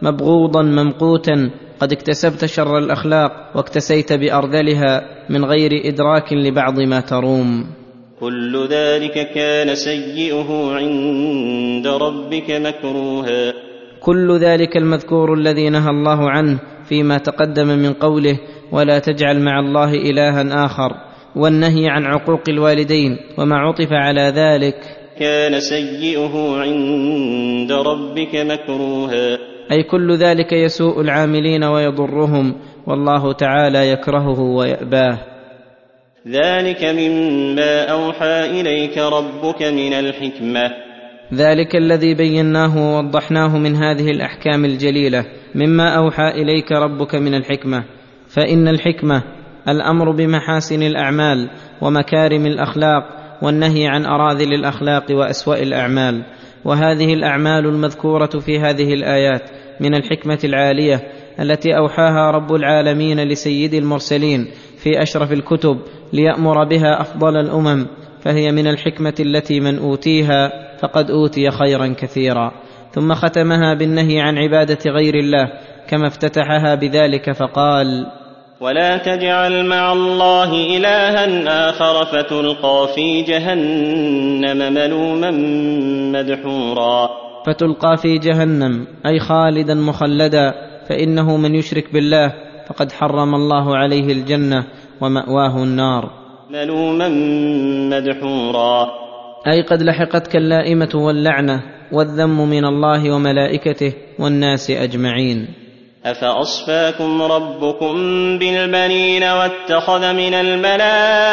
مبغوضا ممقوتا، قد اكتسبت شر الأخلاق واكتسيت بأرذلها من غير إدراك لبعض ما تروم. كل ذلك كان سيئه عند ربك مكروها. كل ذلك المذكور الذي نهى الله عنه فيما تقدم من قوله ولا تجعل مع الله إلها آخر، والنهي عن عقوق الوالدين وما عطف على ذلك كان سيئه عند ربك مكروها، أي كل ذلك يسوء العاملين ويضرهم، والله تعالى يكرهه ويأباه. ذلك مما أوحى إليك ربك من الحكمة. ذلك الذي بيناه ووضحناه من هذه الأحكام الجليلة مما أوحى إليك ربك من الحكمة، فإن الحكمة الأمر بمحاسن الأعمال ومكارم الأخلاق، والنهي عن أراذل الأخلاق وأسوأ الأعمال. وهذه الأعمال المذكورة في هذه الآيات من الحكمة العالية التي أوحاها رب العالمين لسيد المرسلين في أشرف الكتب ليأمر بها أفضل الأمم، فهي من الحكمة التي من أوتيها فقد أوتي خيرا كثيرا. ثم ختمها بالنهي عن عبادة غير الله كما افتتحها بذلك فقال ولا تجعل مع الله إلها آخر فتلقى في جهنم ملوما مدحورا. فتلقى في جهنم أي خالدا مخلدا، فإنه من يشرك بالله فقد حرم الله عليه الجنة ومأواه النار. ملوما مدحورا أي قد لحقتك اللائمة واللعنة والذم من الله وملائكته والناس أجمعين. أفأصفاكم ربكم بالبنين واتخذ من الملائكة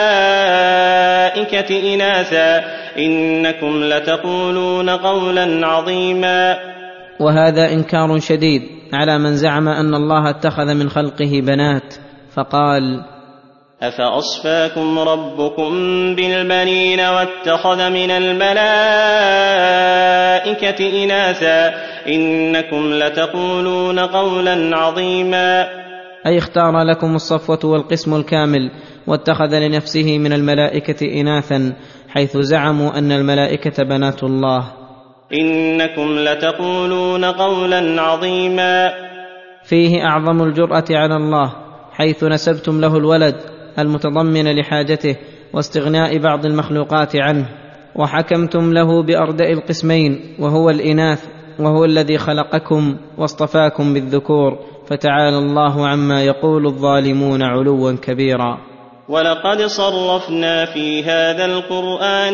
إناثا إنكم لتقولون قولا عظيما. وهذا إنكار شديد على من زعم أن الله اتخذ من خلقه بنات، فقال أفأصفاكم ربكم بالبنين واتخذ من الملائكة إناثا إنكم لتقولون قولا عظيما. أي اختار لكم الصفوة والقسم الكامل، واتخذ لنفسه من الملائكة إناثا، حيث زعموا أن الملائكة بنات الله. إنكم لتقولون قولا عظيما. فيه أعظم الجرأة على الله، حيث نسبتم له الولد المتضمن لحاجته واستغناء بعض المخلوقات عنه، وحكمتم له بأردأ القسمين وهو الإناث، وهو الذي خلقكم واصطفاكم بالذكور، فتعالى الله عما يقول الظالمون علوا كبيرا. ولقد صرفنا في هذا القرآن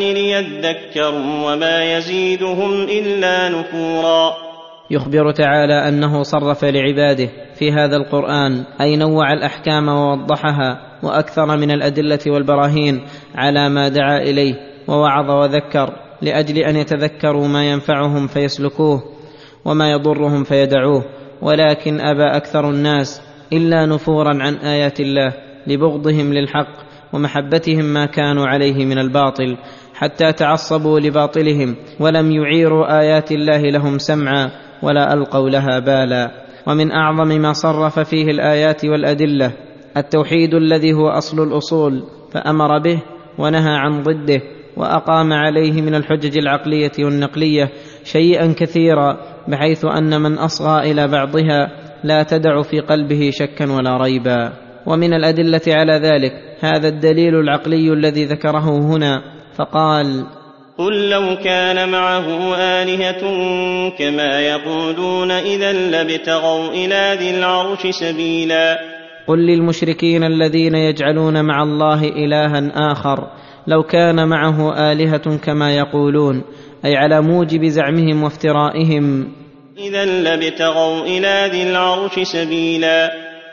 ليذكروا وما يزيدهم إلا نفورا. يخبر تعالى أنه صرف لعباده في هذا القرآن، أي نوع الأحكام ووضحها وأكثر من الأدلة والبراهين على ما دعا إليه ووعظ وذكر، لأجل أن يتذكروا ما ينفعهم فيسلكوه وما يضرهم فيدعوه. ولكن أبى أكثر الناس إلا نفورا عن آيات الله لبغضهم للحق ومحبتهم ما كانوا عليه من الباطل، حتى تعصبوا لباطلهم ولم يعيروا آيات الله لهم سمعا ولا ألقوا لها بالا. ومن أعظم ما صرف فيه الآيات والأدلة التوحيد الذي هو أصل الأصول، فأمر به ونهى عن ضده، وأقام عليه من الحجج العقلية والنقلية شيئا كثيرا، بحيث أن من أصغى إلى بعضها لا تدع في قلبه شكا ولا ريبا. ومن الأدلة على ذلك هذا الدليل العقلي الذي ذكره هنا، فقال قل لو كان معه آلهة كما يقولون إذا لابتغوا إلى ذي العرش سبيلا. قل للمشركين الذين يجعلون مع الله إلها آخر لو كان معه آلهة كما يقولون، أي على موجب زعمهم وافترائهم، إذا لابتغوا إلى ذي العرش سبيلا،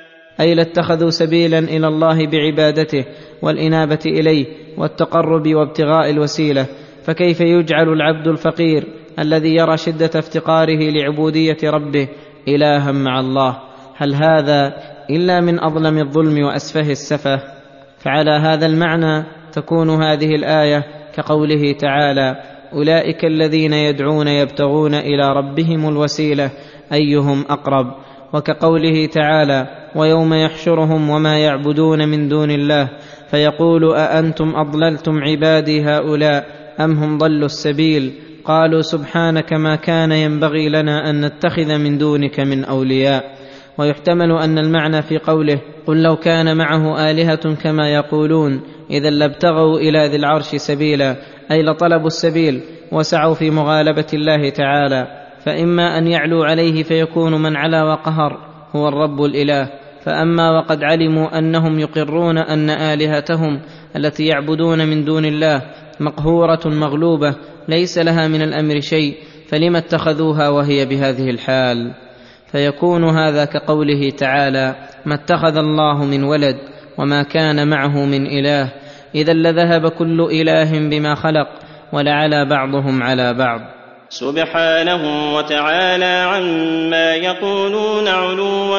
أي لاتخذوا سبيلا إلى الله بعبادته والإنابة إليه والتقرب وابتغاء الوسيلة. فكيف يجعل العبد الفقير الذي يرى شدة افتقاره لعبودية ربه إلها مع الله؟ هل هذا إلا من أظلم الظلم وأسفه السفه؟ فعلى هذا المعنى تكون هذه الآية كقوله تعالى أولئك الذين يدعون يبتغون إلى ربهم الوسيلة أيهم أقرب، وكقوله تعالى ويوم يحشرهم وما يعبدون من دون الله فيقول أأنتم أضللتم عبادي هؤلاء أم هم ضلوا السبيل، قالوا سبحانك ما كان ينبغي لنا أن نتخذ من دونك من أولياء. ويحتمل أن المعنى في قوله قل لو كان معه آلهة كما يقولون إذا لابتغوا إلى ذي العرش سبيلا، أي لطلبوا السبيل وسعوا في مغالبة الله تعالى، فإما أن يعلو عليه فيكون من علا وقهر هو الرب الإله، فأما وقد علموا أنهم يقرون أن آلهتهم التي يعبدون من دون الله مقهورة مغلوبة ليس لها من الأمر شيء، فلم اتخذوها وهي بهذه الحال؟ فيكون هذا كقوله تعالى ما اتخذ الله من ولد وما كان معه من إله، إذا لذهب كل إله بما خلق ولعلى بعضهم على بعض. سبحانه وتعالى عما يقولون علوا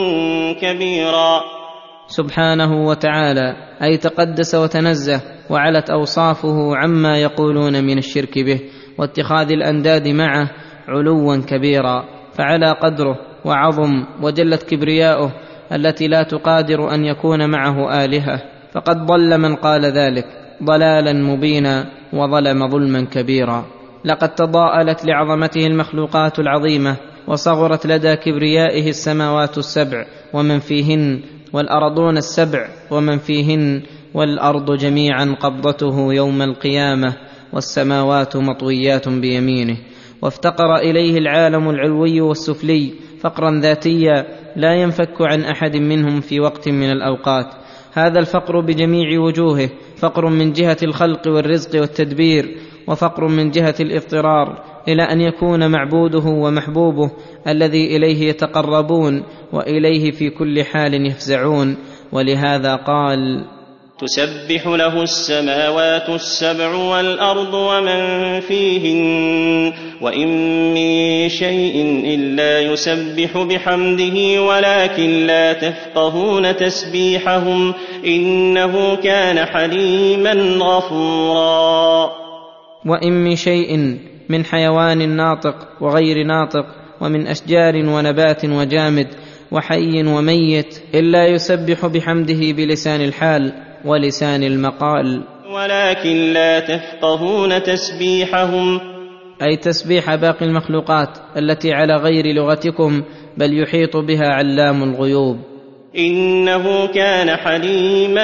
كبيرا. سبحانه وتعالى أي تقدس وتنزه وعلت أوصافه عما يقولون من الشرك به واتخاذ الأنداد معه علوا كبيرا، فعلى قدره وعظم وجلت كبرياؤه التي لا تقادر أن يكون معه آلهة، فقد ضل من قال ذلك ضلالا مبينا وظلم ظلما كبيرا. لقد تضاءلت لعظمته المخلوقات العظيمة وصغرت لدى كبريائه السماوات السبع ومن فيهن، والأرضون السبع ومن فيهن، والأرض جميعا قبضته يوم القيامة والسماوات مطويات بيمينه. وافتقر إليه العالم العلوي والسفلي فقرا ذاتيا لا ينفك عن أحد منهم في وقت من الأوقات. هذا الفقر بجميع وجوهه، فقر من جهة الخلق والرزق والتدبير، وفقر من جهة الاضطرار إلى أن يكون معبوده ومحبوبه الذي إليه يتقربون وإليه في كل حال يفزعون. ولهذا قال تسبح له السماوات السبع والأرض ومن فيهن وإن من شيء إلا يسبح بحمده ولكن لا تفقهون تسبيحهم إنه كان حليما غفورا. وإن من شيء من حيوان ناطق وغير ناطق ومن أشجار ونبات وجامد وحي وميت إلا يسبح بحمده بلسان الحال ولسان المقال، ولكن لا تفقهون تسبيحهم، أي تسبيح باقي المخلوقات التي على غير لغتكم بل يحيط بها علام الغيوب. إنه كان حليما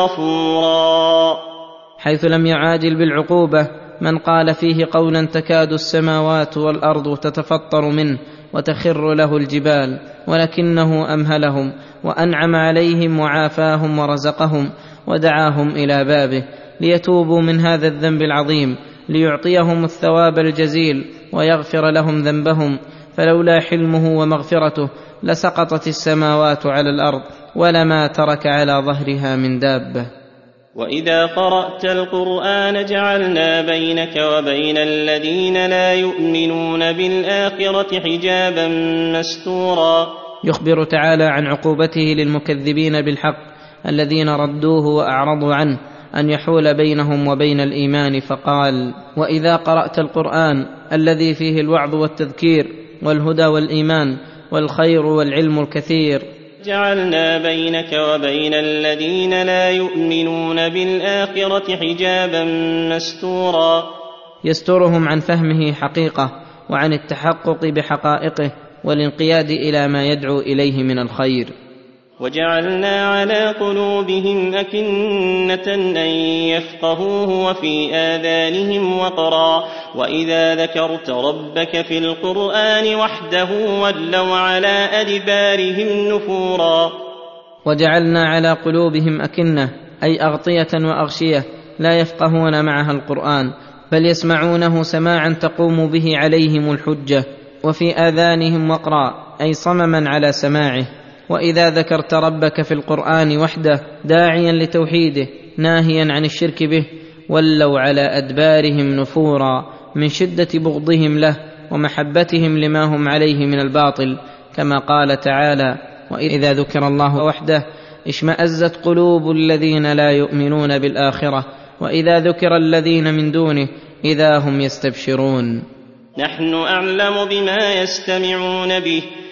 غفورا، حيث لم يعاجل بالعقوبة من قال فيه قولا تكاد السماوات والأرض تتفطر منه وتخر له الجبال، ولكنه أمهلهم وأنعم عليهم وعافاهم ورزقهم ودعاهم إلى بابه ليتوبوا من هذا الذنب العظيم ليعطيهم الثواب الجزيل ويغفر لهم ذنبهم. فلولا حلمه ومغفرته لسقطت السماوات على الأرض ولما ترك على ظهرها من دابة. وإذا قرأت القرآن جعلنا بينك وبين الذين لا يؤمنون بالآخرة حجابا مستورا. يخبر تعالى عن عقوبته للمكذبين بالحق الذين ردوه وأعرضوا عنه أن يحول بينهم وبين الإيمان، فقال وإذا قرأت القرآن الذي فيه الوعظ والتذكير والهدى والإيمان والخير والعلم الكثير جعلنا بينك وبين الذين لا يؤمنون بالآخرة حجابا مستورا، يسترهم عن فهمه حقيقة وعن التحقق بحقائقه والانقياد إلى ما يدعو إليه من الخير. وجعلنا على قلوبهم أكنة أن يفقهوه وفي آذانهم وقرا وإذا ذكرت ربك في القرآن وحده ولوا على أدبارهم نفورا. وجعلنا على قلوبهم أكنة أي أغطية وأغشية لا يفقهون معها القرآن بل يسمعونه سماعا تقوم به عليهم الحجة، وفي آذانهم وقرا أي صمما على سماعه. وإذا ذكرت ربك في القرآن وحده داعيا لتوحيده ناهيا عن الشرك به ولوا على أدبارهم نفورا من شدة بغضهم له ومحبتهم لما هم عليه من الباطل، كما قال تعالى وإذا ذكر الله وحده اشمأزت قلوب الذين لا يؤمنون بالآخرة وإذا ذكر الذين من دونه إذا هم يستبشرون. نحن أعلم بما يستمعون به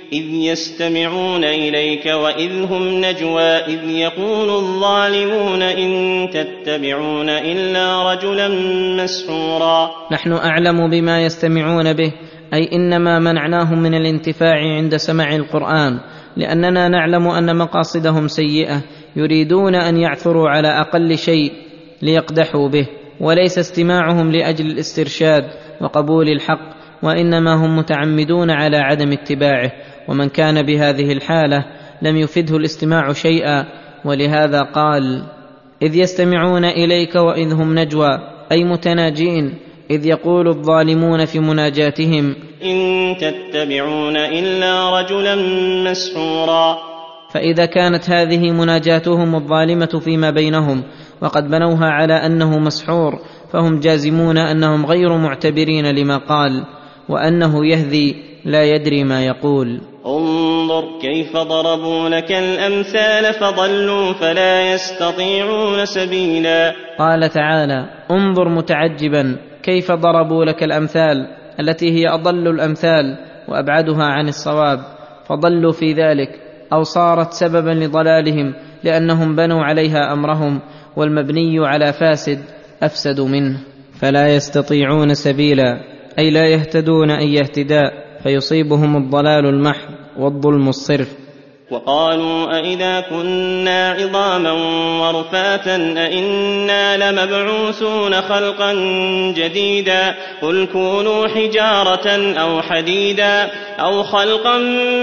إذ يستمعون إليك وإذ هم نجوى إذ يقول الظالمون إن تتبعون إلا رجلا مسحورا. نحن أعلم بما يستمعون به، أي إنما منعناهم من الانتفاع عند سماع القرآن، لأننا نعلم أن مقاصدهم سيئة، يريدون أن يعثروا على أقل شيء ليقدحوا به، وليس استماعهم لأجل الاسترشاد وقبول الحق، وإنما هم متعمدون على عدم اتباعه. ومن كان بهذه الحالة لم يفده الاستماع شيئا، ولهذا قال: إذ يستمعون إليك وإذ هم نجوى، أي متناجين، إذ يقول الظالمون في مناجاتهم: إن تتبعون إلا رجلا مسحورا. فإذا كانت هذه مناجاتهم الظالمة فيما بينهم وقد بنوها على أنه مسحور، فهم جازمون أنهم غير معتبرين لما قال، وأنه يهذي لا يدري ما يقول. انظر كيف ضربوا لك الأمثال فضلوا فلا يستطيعون سبيلا. قال تعالى: انظر متعجبا كيف ضربوا لك الأمثال التي هي أضل الأمثال وأبعدها عن الصواب، فضلوا في ذلك، أو صارت سببا لضلالهم لأنهم بنوا عليها أمرهم، والمبني على فاسد أفسد منه. فلا يستطيعون سبيلا، أي لا يهتدون أي اهتداء، فيصيبهم الضلال المحض والظلم الصرف. وقالوا أئذا كنا عظاما ورفاتا أئنا لمبعوثون خلقا جديدا قل كونوا حجارة أو حديدا أو خلقا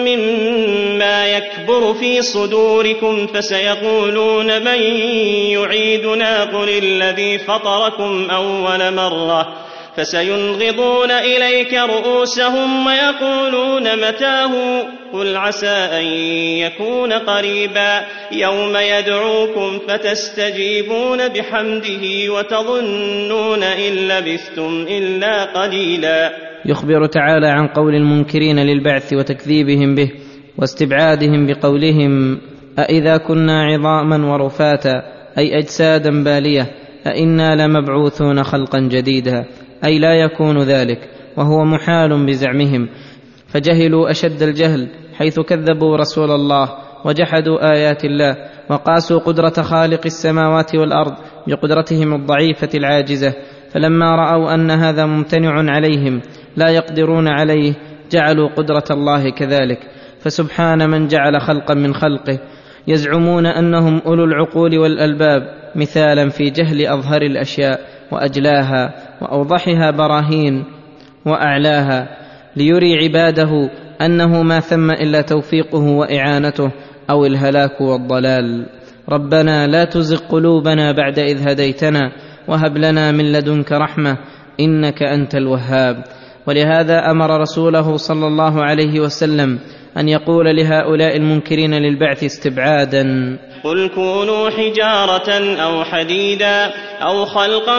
مما يكبر في صدوركم فسيقولون من يعيدنا قل الذي فطركم أول مرة فسينغضون إليك رؤوسهم ويقولون متاه قل عسى أن يكون قريبا يوم يدعوكم فتستجيبون بحمده وتظنون إن لبثتم إلا قليلا. يخبر تعالى عن قول المنكرين للبعث وتكذيبهم به واستبعادهم بقولهم: أئذا كنا عظاما ورفاتا، أي أجسادا بالية، أئنا لمبعوثون خلقا جديدا، أي لا يكون ذلك، وهو محال بزعمهم، فجهلوا أشد الجهل حيث كذبوا رسول الله وجحدوا آيات الله، وقاسوا قدرة خالق السماوات والأرض بقدرتهم الضعيفة العاجزة، فلما رأوا أن هذا ممتنع عليهم لا يقدرون عليه جعلوا قدرة الله كذلك. فسبحان من جعل خلقا من خلقه، يزعمون أنهم أولو العقول والألباب، مثالا في جهل أظهر الأشياء وأجلاها وأوضحها براهين وأعلاها، ليري عباده أنه ما ثم إلا توفيقه وإعانته أو الهلاك والضلال. ربنا لا تزغ قلوبنا بعد إذ هديتنا وهب لنا من لدنك رحمة إنك أنت الوهاب. ولهذا أمر رسوله صلى الله عليه وسلم أن يقول لهؤلاء المنكرين للبعث استبعادا: قل كونوا حجارة أو حديدا أو خلقا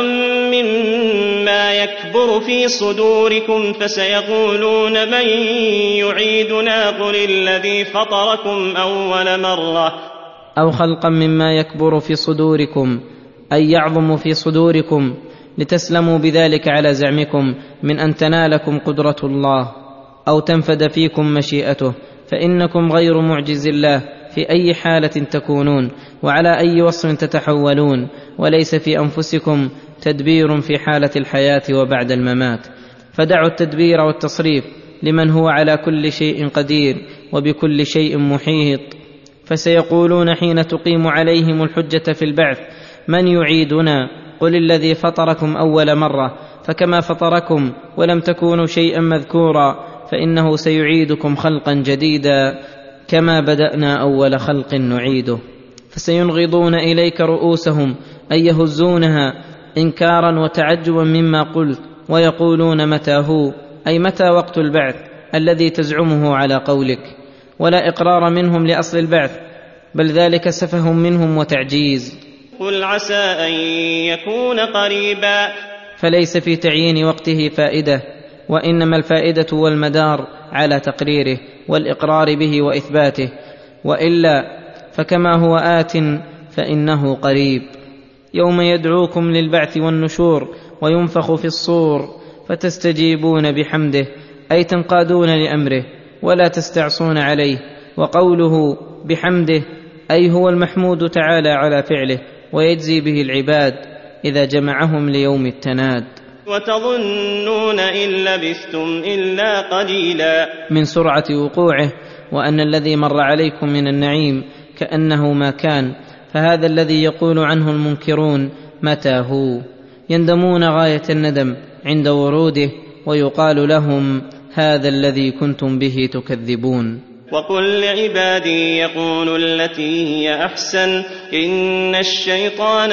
مما يكبر في صدوركم فسيقولون من يعيدنا قل الذي فطركم أول مرة. أو خلقا مما يكبر في صدوركم، أي يعظم في صدوركم، لتسلموا بذلك على زعمكم من أن تنالكم قدرة الله أو تنفد فيكم مشيئته، فإنكم غير معجز الله في أي حالة تكونون وعلى أي وصف تتحولون، وليس في أنفسكم تدبير في حالة الحياة وبعد الممات. فدعوا التدبير والتصريف لمن هو على كل شيء قدير وبكل شيء محيط. فسيقولون حين تقيم عليهم الحجة في البعث: من يعيدنا؟ قل الذي فطركم أول مرة، فكما فطركم ولم تكونوا شيئا مذكورا فإنه سيعيدكم خلقا جديدا كما بدأنا أول خلق نعيده. فسينغضون إليك رؤوسهم، أي يهزونها إنكارا وتعجبا مما قلت، ويقولون متى هو، أي متى وقت البعث الذي تزعمه على قولك. ولا إقرار منهم لأصل البعث، بل ذلك سفه منهم وتعجيز. قل عسى أن يكون قريبا، فليس في تعيين وقته فائدة، وإنما الفائدة والمدار على تقريره والإقرار به وإثباته، وإلا فكما هو آت فإنه قريب. يوم يدعوكم للبعث والنشور وينفخ في الصور فتستجيبون بحمده، أي تنقادون لأمره ولا تستعصون عليه. وقوله بحمده أي هو المحمود تعالى على فعله، ويجزي به العباد إذا جمعهم ليوم التناد. وتظنون إن لبثتم إلا قليلا، من سرعة وقوعه، وأن الذي مر عليكم من النعيم كأنه ما كان، فهذا الذي يقول عنه المنكرون متى هو، يندمون غاية الندم عند وروده، ويقال لهم هذا الذي كنتم به تكذبون. وقل لعبادي يقولوا التي هي أحسن إن الشيطان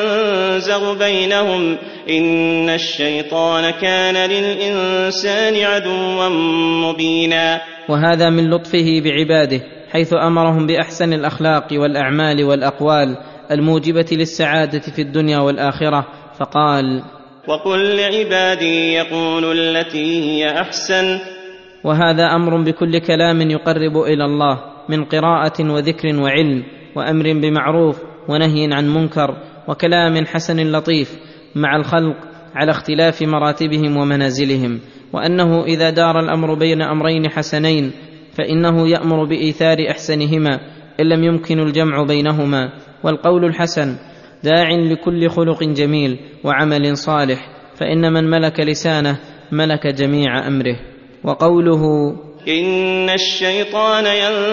ينزغ بينهم إن الشيطان كان للإنسان عدوا مبينا. وهذا من لطفه بعباده، حيث أمرهم بأحسن الأخلاق والأعمال والأقوال الموجبة للسعادة في الدنيا والآخرة، فقال وقل لعبادي يقولوا التي هي أحسن. وهذا أمر بكل كلام يقرب إلى الله من قراءة وذكر وعلم وأمر بمعروف ونهي عن منكر وكلام حسن لطيف مع الخلق على اختلاف مراتبهم ومنازلهم، وأنه إذا دار الأمر بين أمرين حسنين فإنه يأمر بإيثار أحسنهما إن لم يمكن الجمع بينهما. والقول الحسن داع لكل خلق جميل وعمل صالح، فإن من ملك لسانه ملك جميع أمره. وقوله إن الشيطان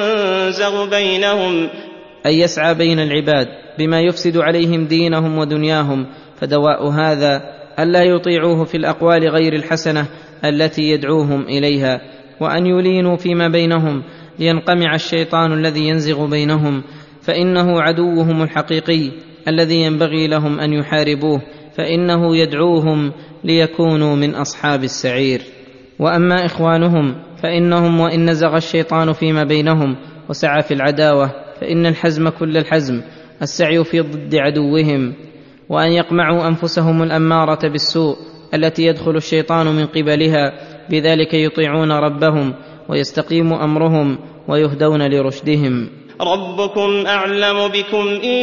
ينزغ بينهم أي يسعى بين العباد بما يفسد عليهم دينهم ودنياهم، فدواء هذا ألا يطيعوه في الأقوال غير الحسنة التي يدعوهم إليها، وأن يلينوا فيما بينهم لينقمع الشيطان الذي ينزغ بينهم، فإنه عدوهم الحقيقي الذي ينبغي لهم أن يحاربوه، فإنه يدعوهم ليكونوا من أصحاب السعير. وأما إخوانهم فإنهم وإن نزغ الشيطان فيما بينهم وسعى في العداوة، فإن الحزم كل الحزم السعي في ضد عدوهم، وأن يقمعوا أنفسهم الأمارة بالسوء التي يدخل الشيطان من قبلها، بذلك يطيعون ربهم ويستقيم أمرهم ويهدون لرشدهم. ربكم أعلم بكم إن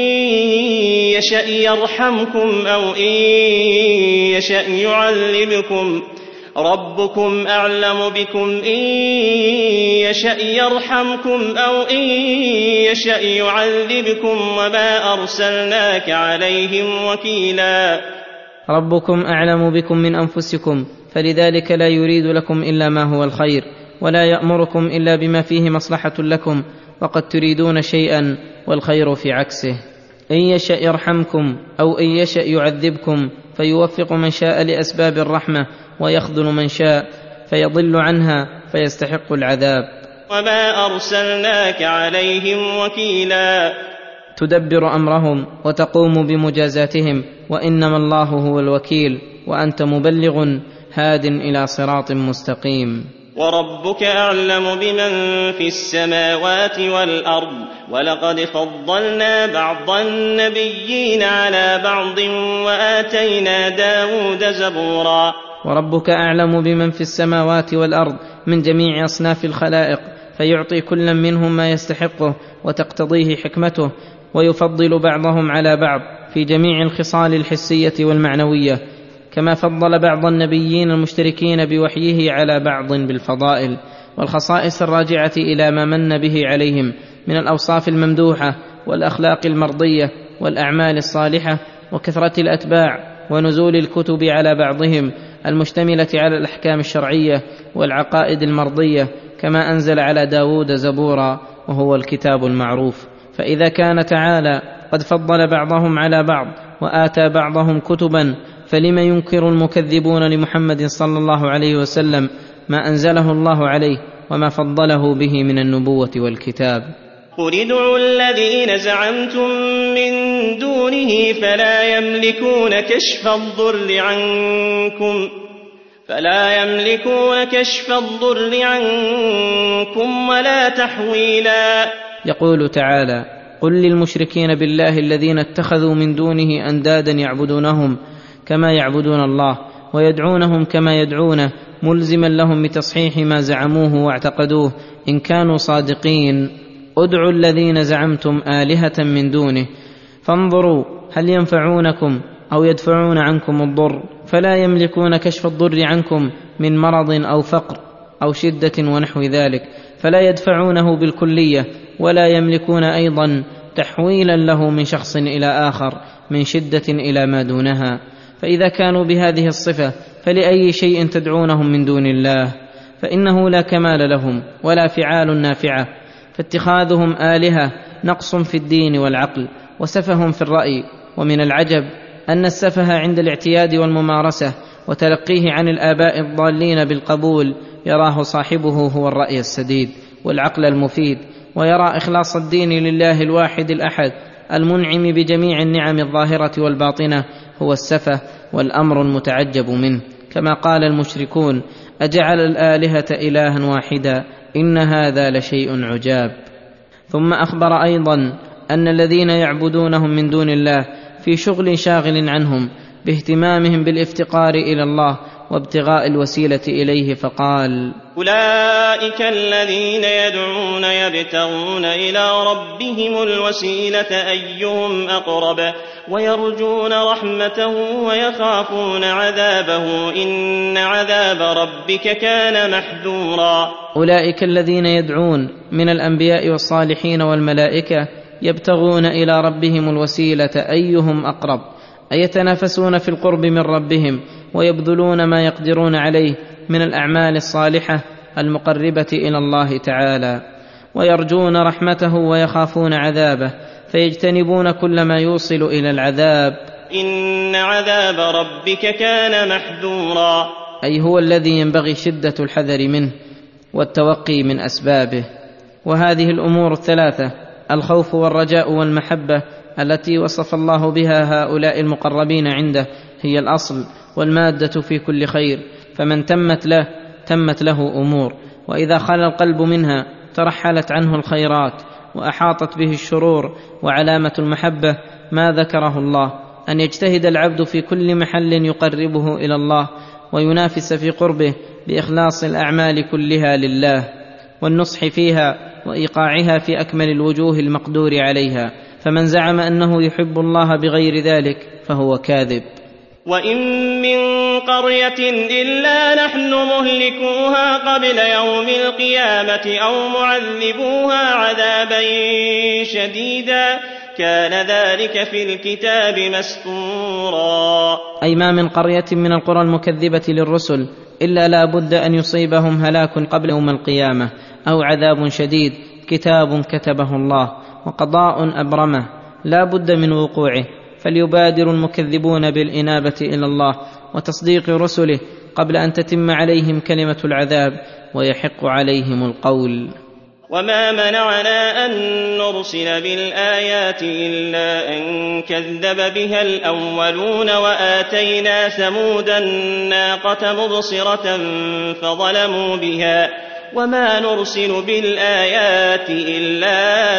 يشأ يرحمكم أو إن يشأ يعذبكم ربكم أعلم بكم إن يشأ يرحمكم أو إن يشأ يعذبكم وما أرسلناك عليهم وكيلا. ربكم أعلم بكم من أنفسكم، فلذلك لا يريد لكم إلا ما هو الخير، ولا يأمركم إلا بما فيه مصلحة لكم، وقد تريدون شيئا والخير في عكسه. إن يشأ يرحمكم أو إن يشأ يعذبكم، فيوفق من شاء لأسباب الرحمة ويخذل من شاء فيضل عنها فيستحق العذاب. وما أرسلناك عليهم وكيلا، تدبر أمرهم وتقوم بمجازاتهم، وإنما الله هو الوكيل، وأنت مبلغ هاد إلى صراط مستقيم. وربك أعلم بمن في السماوات والأرض ولقد فضلنا بعض النبيين على بعض وآتينا داود زبورا. وربك أعلم بمن في السماوات والأرض من جميع أصناف الخلائق، فيعطي كل منهم ما يستحقه وتقتضيه حكمته، ويفضل بعضهم على بعض في جميع الخصال الحسية والمعنوية، كما فضل بعض النبيين المشتركين بوحيه على بعض بالفضائل والخصائص الراجعة إلى ما من به عليهم من الأوصاف الممدوحة والأخلاق المرضية والأعمال الصالحة وكثرة الأتباع ونزول الكتب على بعضهم المشتملة على الأحكام الشرعية والعقائد المرضية، كما أنزل على داود زبورا وهو الكتاب المعروف. فإذا كان تعالى قد فضل بعضهم على بعض وآتى بعضهم كتبا، فلم ينكر المكذبون لمحمد صلى الله عليه وسلم ما أنزله الله عليه وما فضله به من النبوة والكتاب. قل ادعوا الذين زعمتم من دونه فلا يملكون كشف الضر عنكم فلا يملكون كشف الضر عنكم ولا تحويلا. يقول تعالى: قل للمشركين بالله الذين اتخذوا من دونه أندادا يعبدونهم كما يعبدون الله ويدعونهم كما يدعونه، ملزما لهم بتصحيح ما زعموه واعتقدوه إن كانوا صادقين: ادعوا الذين زعمتم آلهة من دونه فانظروا هل ينفعونكم أو يدفعون عنكم الضر، فلا يملكون كشف الضر عنكم من مرض أو فقر أو شدة ونحو ذلك، فلا يدفعونه بالكلية، ولا يملكون أيضا تحويلا له من شخص إلى آخر من شدة إلى ما دونها. فإذا كانوا بهذه الصفة فلأي شيء تدعونهم من دون الله؟ فإنه لا كمال لهم ولا فعال نافعة، فاتخاذهم آلهة نقص في الدين والعقل وسفه في الرأي. ومن العجب أن السفه عند الاعتياد والممارسة وتلقيه عن الآباء الضالين بالقبول يراه صاحبه هو الرأي السديد والعقل المفيد، ويرى إخلاص الدين لله الواحد الأحد المنعم بجميع النعم الظاهرة والباطنة هو السفه والأمر المتعجب منه، كما قال المشركون: أجعل الآلهة إلها واحدا إن هذا لشيء عجاب. ثم أخبر أيضا أن الذين يعبدونهم من دون الله في شغل شاغل عنهم باهتمامهم بالافتقار إلى الله وابتغاء الوسيلة إليه، فقال: أولئك الذين يدعون يبتغون إلى ربهم الوسيلة أيهم أقرب ويرجون رحمته ويخافون عذابه إن عذاب ربك كان محذورا. أولئك الذين يدعون من الأنبياء والصالحين والملائكة يبتغون إلى ربهم الوسيلة أيهم أقرب، أي يتنافسون في القرب من ربهم ويبذلون ما يقدرون عليه من الأعمال الصالحة المقربة إلى الله تعالى، ويرجون رحمته ويخافون عذابه فيجتنبون كل ما يوصل إلى العذاب إن عذاب ربك كان محذورا، أي هو الذي ينبغي شدة الحذر منه والتوقي من أسبابه. وهذه الأمور الثلاثة الخوف والرجاء والمحبة التي وصف الله بها هؤلاء المقربين عنده هي الأصل والمادة في كل خير، فمن تمت له تمت له أمور، وإذا خلا القلب منها ترحلت عنه الخيرات وأحاطت به الشرور. وعلامة المحبة ما ذكره الله أن يجتهد العبد في كل محل يقربه إلى الله وينافس في قربه بإخلاص الأعمال كلها لله والنصح فيها وإيقاعها في أكمل الوجوه المقدور عليها، فمن زعم أنه يحب الله بغير ذلك فهو كاذب. وإن من قرية إلا نحن مهلكوها قبل يوم القيامة أو معذبوها عذابا شديدا كان ذلك في الكتاب مسطورا. أي ما من قرية من القرى المكذبة للرسل إلا لا بد أن يصيبهم هلاك قبل يوم القيامة أو عذاب شديد كتاب كتبه الله وقضاء أبرمه لا بد من وقوعه، فليبادر المكذبون بالإنابة إلى الله وتصديق رسله قبل أن تتم عليهم كلمة العذاب ويحق عليهم القول. وما منعنا أن نرسل بالآيات إلا أن كذب بها الأولون وآتينا ثمود الناقة مبصرة فظلموا بها وما نرسل بالآيات إلا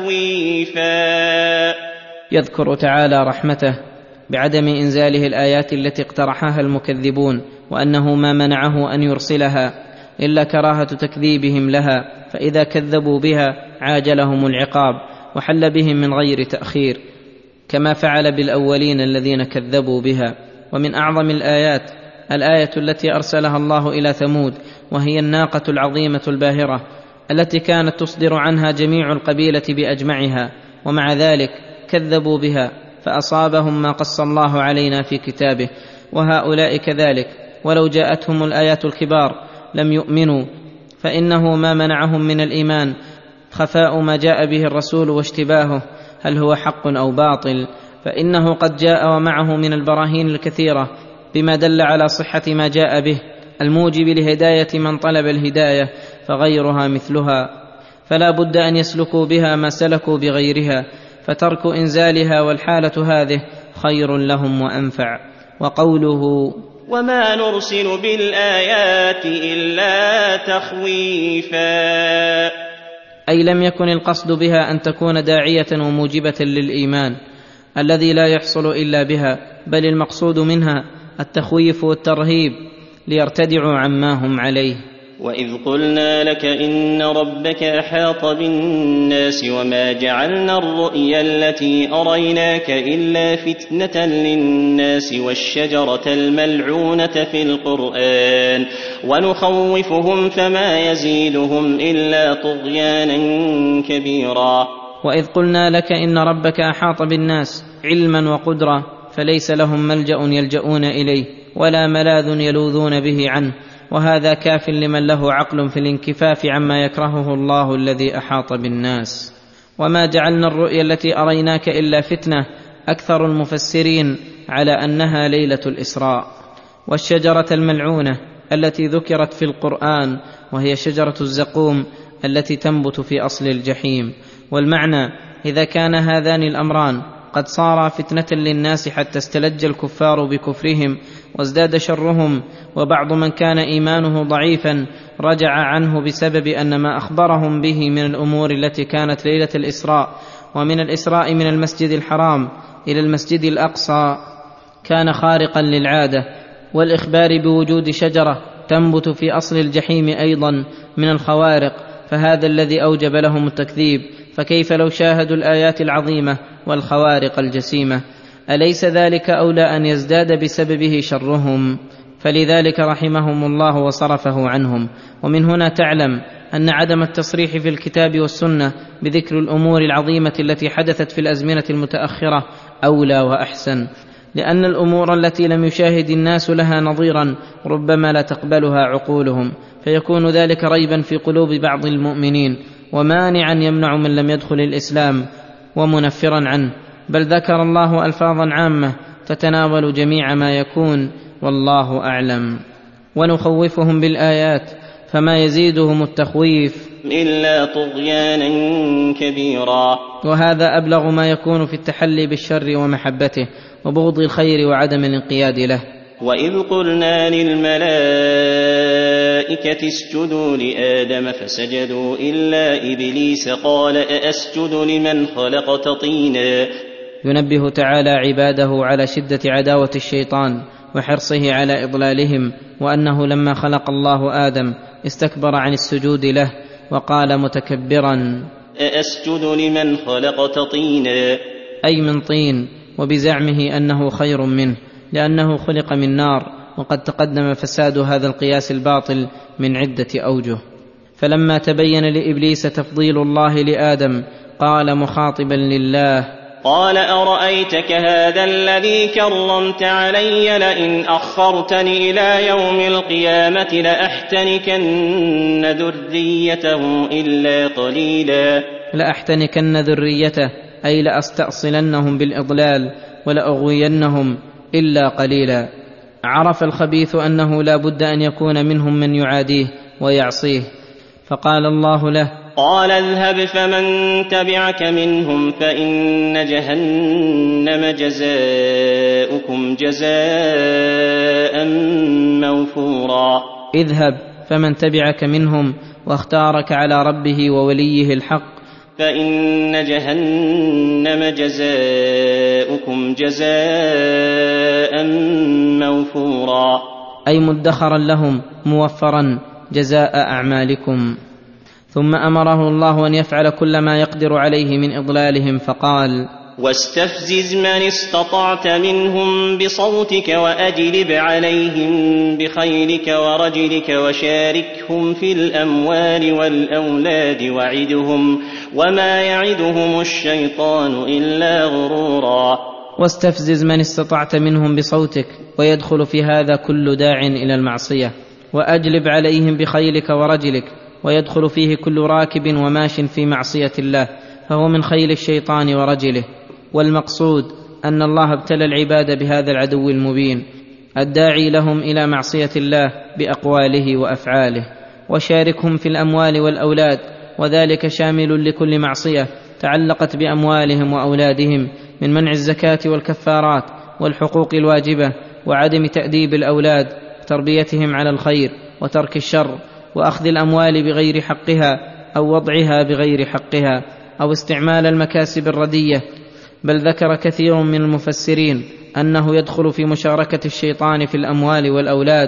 تخويفا. يذكر تعالى رحمته بعدم إنزاله الآيات التي اقترحها المكذبون، وأنه ما منعه أن يرسلها إلا كراهة تكذيبهم لها، فإذا كذبوا بها عاجلهم العقاب وحل بهم من غير تأخير كما فعل بالأولين الذين كذبوا بها. ومن أعظم الآيات الآية التي أرسلها الله إلى ثمود، وهي الناقة العظيمة الباهرة التي كانت تصدر عنها جميع القبيلة بأجمعها، ومع ذلك كذبوا بها فأصابهم ما قص الله علينا في كتابه. وهؤلاء كذلك ولو جاءتهم الآيات الكبار لم يؤمنوا، فإنه ما منعهم من الإيمان خفاء ما جاء به الرسول واشتباهه هل هو حق أو باطل، فإنه قد جاء ومعه من البراهين الكثيرة بما دل على صحة ما جاء به الموجب لهداية من طلب الهداية، فغيرها مثلها، فلا بد أن يسلكوا بها ما سلكوا بغيرها، فترك إنزالها والحالة هذه خير لهم وأنفع. وقوله وما نرسل بالآيات إلا تخويفا، أي لم يكن القصد بها أن تكون داعية وموجبة للإيمان الذي لا يحصل إلا بها، بل المقصود منها التخويف والترهيب ليرتدعوا عما هم عليه. وإذ قلنا لك إن ربك أحاط بالناس وما جعلنا الرؤيا التي أريناك إلا فتنة للناس والشجرة الملعونة في القرآن ونخوفهم فما يزيدهم إلا طغيانا كبيرا. وإذ قلنا لك إن ربك أحاط بالناس علما وقدرة فليس لهم ملجأ يلجؤون إليه ولا ملاذ يلوذون به عنه، وهذا كاف لمن له عقل في الانكفاف عما يكرهه الله الذي أحاط بالناس. وما جعلنا الرؤيا التي أريناك إلا فتنة، أكثر المفسرين على أنها ليلة الإسراء. والشجرة الملعونة التي ذكرت في القرآن وهي شجرة الزقوم التي تنبت في أصل الجحيم. والمعنى إذا كان هذان الأمران قد صار فتنة للناس حتى استلج الكفار بكفرهم وازداد شرهم، وبعض من كان إيمانه ضعيفا رجع عنه بسبب أن ما أخبرهم به من الأمور التي كانت ليلة الإسراء، ومن الإسراء من المسجد الحرام إلى المسجد الأقصى كان خارقا للعادة، والإخبار بوجود شجرة تنبت في أصل الجحيم أيضا من الخوارق، فهذا الذي أوجب لهم التكذيب. فكيف لو شاهدوا الآيات العظيمة والخوارق الجسيمة؟ أليس ذلك أولى أن يزداد بسببه شرهم؟ فلذلك رحمهم الله وصرفه عنهم. ومن هنا تعلم أن عدم التصريح في الكتاب والسنة بذكر الأمور العظيمة التي حدثت في الأزمنة المتأخرة أولى وأحسن، لأن الأمور التي لم يشاهد الناس لها نظيرا ربما لا تقبلها عقولهم، فيكون ذلك ريبا في قلوب بعض المؤمنين ومانعا يمنع من لم يدخل الإسلام ومنفرا عنه، بل ذكر الله ألفاظا عامة تتناول جميع ما يكون، والله أعلم. ونخوفهم بالآيات فما يزيدهم التخويف إلا طغيانا كبيرا. وهذا أبلغ ما يكون في التحلي بالشر ومحبته وبغض الخير وعدم الانقياد له. وإذ قلنا للملائكة اسجدوا لآدم فسجدوا إلا إبليس قال أأسجد لمن خلقت طينا. ينبه تعالى عباده على شدة عداوة الشيطان وحرصه على إضلالهم، وأنه لما خلق الله آدم استكبر عن السجود له وقال متكبرا أأسجد لمن خلقت طينا، أي من طين، وبزعمه أنه خير منه لأنه خلق من نار، وقد تقدم فساد هذا القياس الباطل من عدة أوجه. فلما تبين لإبليس تفضيل الله لآدم قال مخاطبا لله قال أرأيتك هذا الذي كرمت علي لئن أخرتني إلى يوم القيامة لأحتنكن ذريته إلا قليلا. لأحتنكن ذريته أي لأستأصلنهم بالإضلال ولأغوينهم إلا قليلا. عرف الخبيث أنه لا بد أن يكون منهم من يعاديه ويعصيه، فقال الله له قال اذهب فمن تبعك منهم فإن جهنم جزاؤكم جزاء موفورا. اذهب فمن تبعك منهم، واختارك على ربه ووليه الحق، فإن جهنم جزاؤكم جزاء موفورا، أي مدخرا لهم موفرا جزاء أعمالكم. ثم أمره الله أن يفعل كل ما يقدر عليه من إضلالهم، فقال واستفزز من استطعت منهم بصوتك وأجلب عليهم بخيلك ورجلك وشاركهم في الأموال والأولاد وعدهم وما يعدهم الشيطان إلا غرورا. واستفزز من استطعت منهم بصوتك، ويدخل في هذا كل داع إلى المعصية، وأجلب عليهم بخيلك ورجلك، ويدخل فيه كل راكب وماش في معصية الله، فهو من خيل الشيطان ورجله. والمقصود أن الله ابتلى العباد بهذا العدو المبين الداعي لهم إلى معصية الله بأقواله وأفعاله. وشاركهم في الأموال والأولاد، وذلك شامل لكل معصية تعلقت بأموالهم وأولادهم من منع الزكاة والكفارات والحقوق الواجبة وعدم تأديب الأولاد، تربيتهم على الخير وترك الشر، وأخذ الأموال بغير حقها أو وضعها بغير حقها، أو استعمال المكاسب الردية. بل ذكر كثير من المفسرين أنه يدخل في مشاركة الشيطان في الأموال والأولاد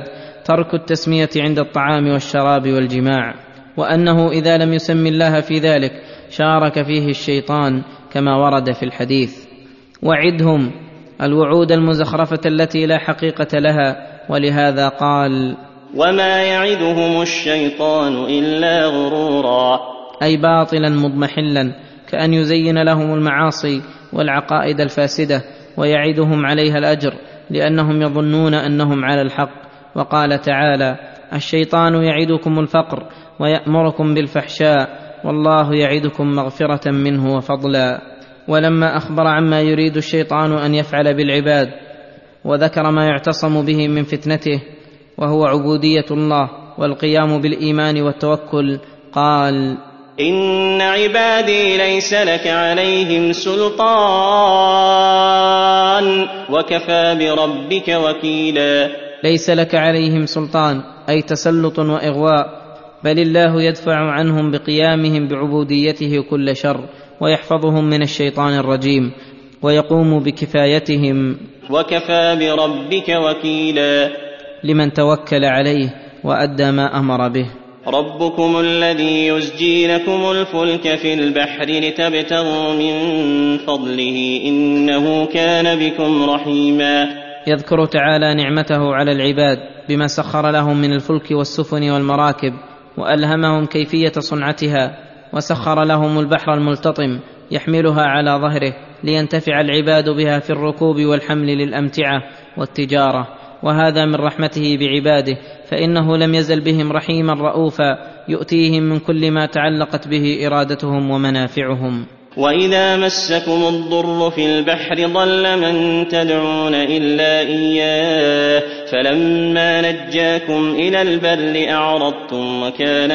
ترك التسمية عند الطعام والشراب والجماع، وأنه إذا لم يسم الله في ذلك شارك فيه الشيطان كما ورد في الحديث. وعدهم الوعود المزخرفة التي لا حقيقة لها، ولهذا قال: وما يعدهم الشيطان إلا غرورا، أي باطلا مضمحلا، كأن يزين لهم المعاصي والعقائد الفاسدة ويعدهم عليها الأجر لأنهم يظنون أنهم على الحق. وقال تعالى: الشيطان يعدكم الفقر ويأمركم بالفحشاء والله يعدكم مغفرة منه وفضلا. ولما أخبر عما يريد الشيطان أن يفعل بالعباد وذكر ما يعتصم به من فتنته وهو عبودية الله والقيام بالإيمان والتوكل، قال: إن عبادي ليس لك عليهم سلطان وكفى بربك وكيلا. ليس لك عليهم سلطان أي تسلط وإغواء، بل الله يدفع عنهم بقيامهم بعبوديته كل شر ويحفظهم من الشيطان الرجيم ويقوم بكفايتهم. وكفى بربك وكيلا لمن توكل عليه وأدى ما أمر به. ربكم الذي يزجي لكم الفلك في البحر لتبتغوا من فضله إنه كان بكم رحيما. يذكر تعالى نعمته على العباد بما سخر لهم من الفلك والسفن والمراكب وألهمهم كيفية صنعتها، وسخر لهم البحر الملتطم يحملها على ظهره لينتفع العباد بها في الركوب والحمل للأمتعة والتجارة، وهذا من رحمته بعباده، فإنه لم يزل بهم رحيما رؤوفا يؤتيهم من كل ما تعلقت به إرادتهم ومنافعهم. وإذا مسكم الضر في البحر ضل من تدعون إلا إياه فلما نجاكم إلى البر أعرضتم وكان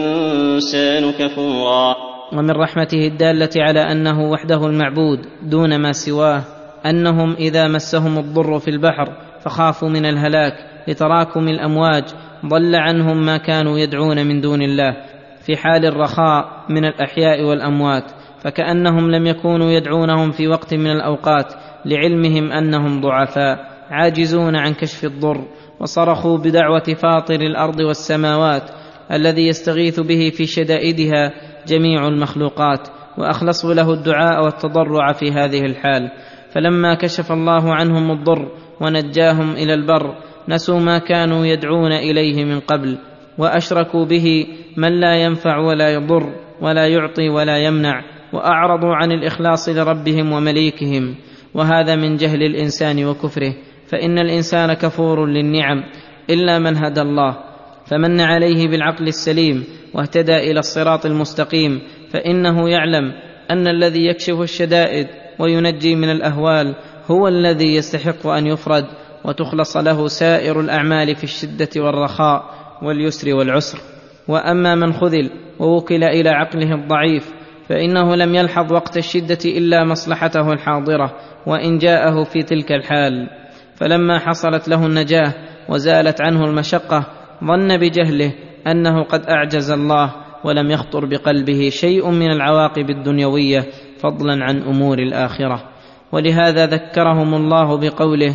الإنسان كفورا. ومن رحمته الدالة على أنه وحده المعبود دون ما سواه أنهم إذا مسهم الضر في البحر فخافوا من الهلاك لتراكم الأمواج ضل عنهم ما كانوا يدعون من دون الله في حال الرخاء من الأحياء والأموات، فكأنهم لم يكونوا يدعونهم في وقت من الأوقات لعلمهم أنهم ضعفاء عاجزون عن كشف الضر، وصرخوا بدعوة فاطر الأرض والسماوات الذي يستغيث به في شدائدها جميع المخلوقات، وأخلصوا له الدعاء والتضرع في هذه الحال. فلما كشف الله عنهم الضر ونجاهم إلى البر نسوا ما كانوا يدعون إليه من قبل، وأشركوا به من لا ينفع ولا يضر ولا يعطي ولا يمنع، وأعرضوا عن الإخلاص لربهم ومليكهم، وهذا من جهل الإنسان وكفره، فإن الإنسان كفور للنعم إلا من هدى الله فمن عليه بالعقل السليم واهتدى إلى الصراط المستقيم، فإنه يعلم أن الذي يكشف الشدائد وينجي من الأهوال هو الذي يستحق أن يفرد وتخلص له سائر الأعمال في الشدة والرخاء واليسر والعسر. وأما من خذل ووكل إلى عقله الضعيف فإنه لم يلحظ وقت الشدة إلا مصلحته الحاضرة وإن جاءه في تلك الحال، فلما حصلت له النجاة وزالت عنه المشقة ظن بجهله أنه قد أعجز الله ولم يخطر بقلبه شيء من العواقب الدنيوية فضلا عن أمور الآخرة، ولهذا ذكرهم الله بقوله: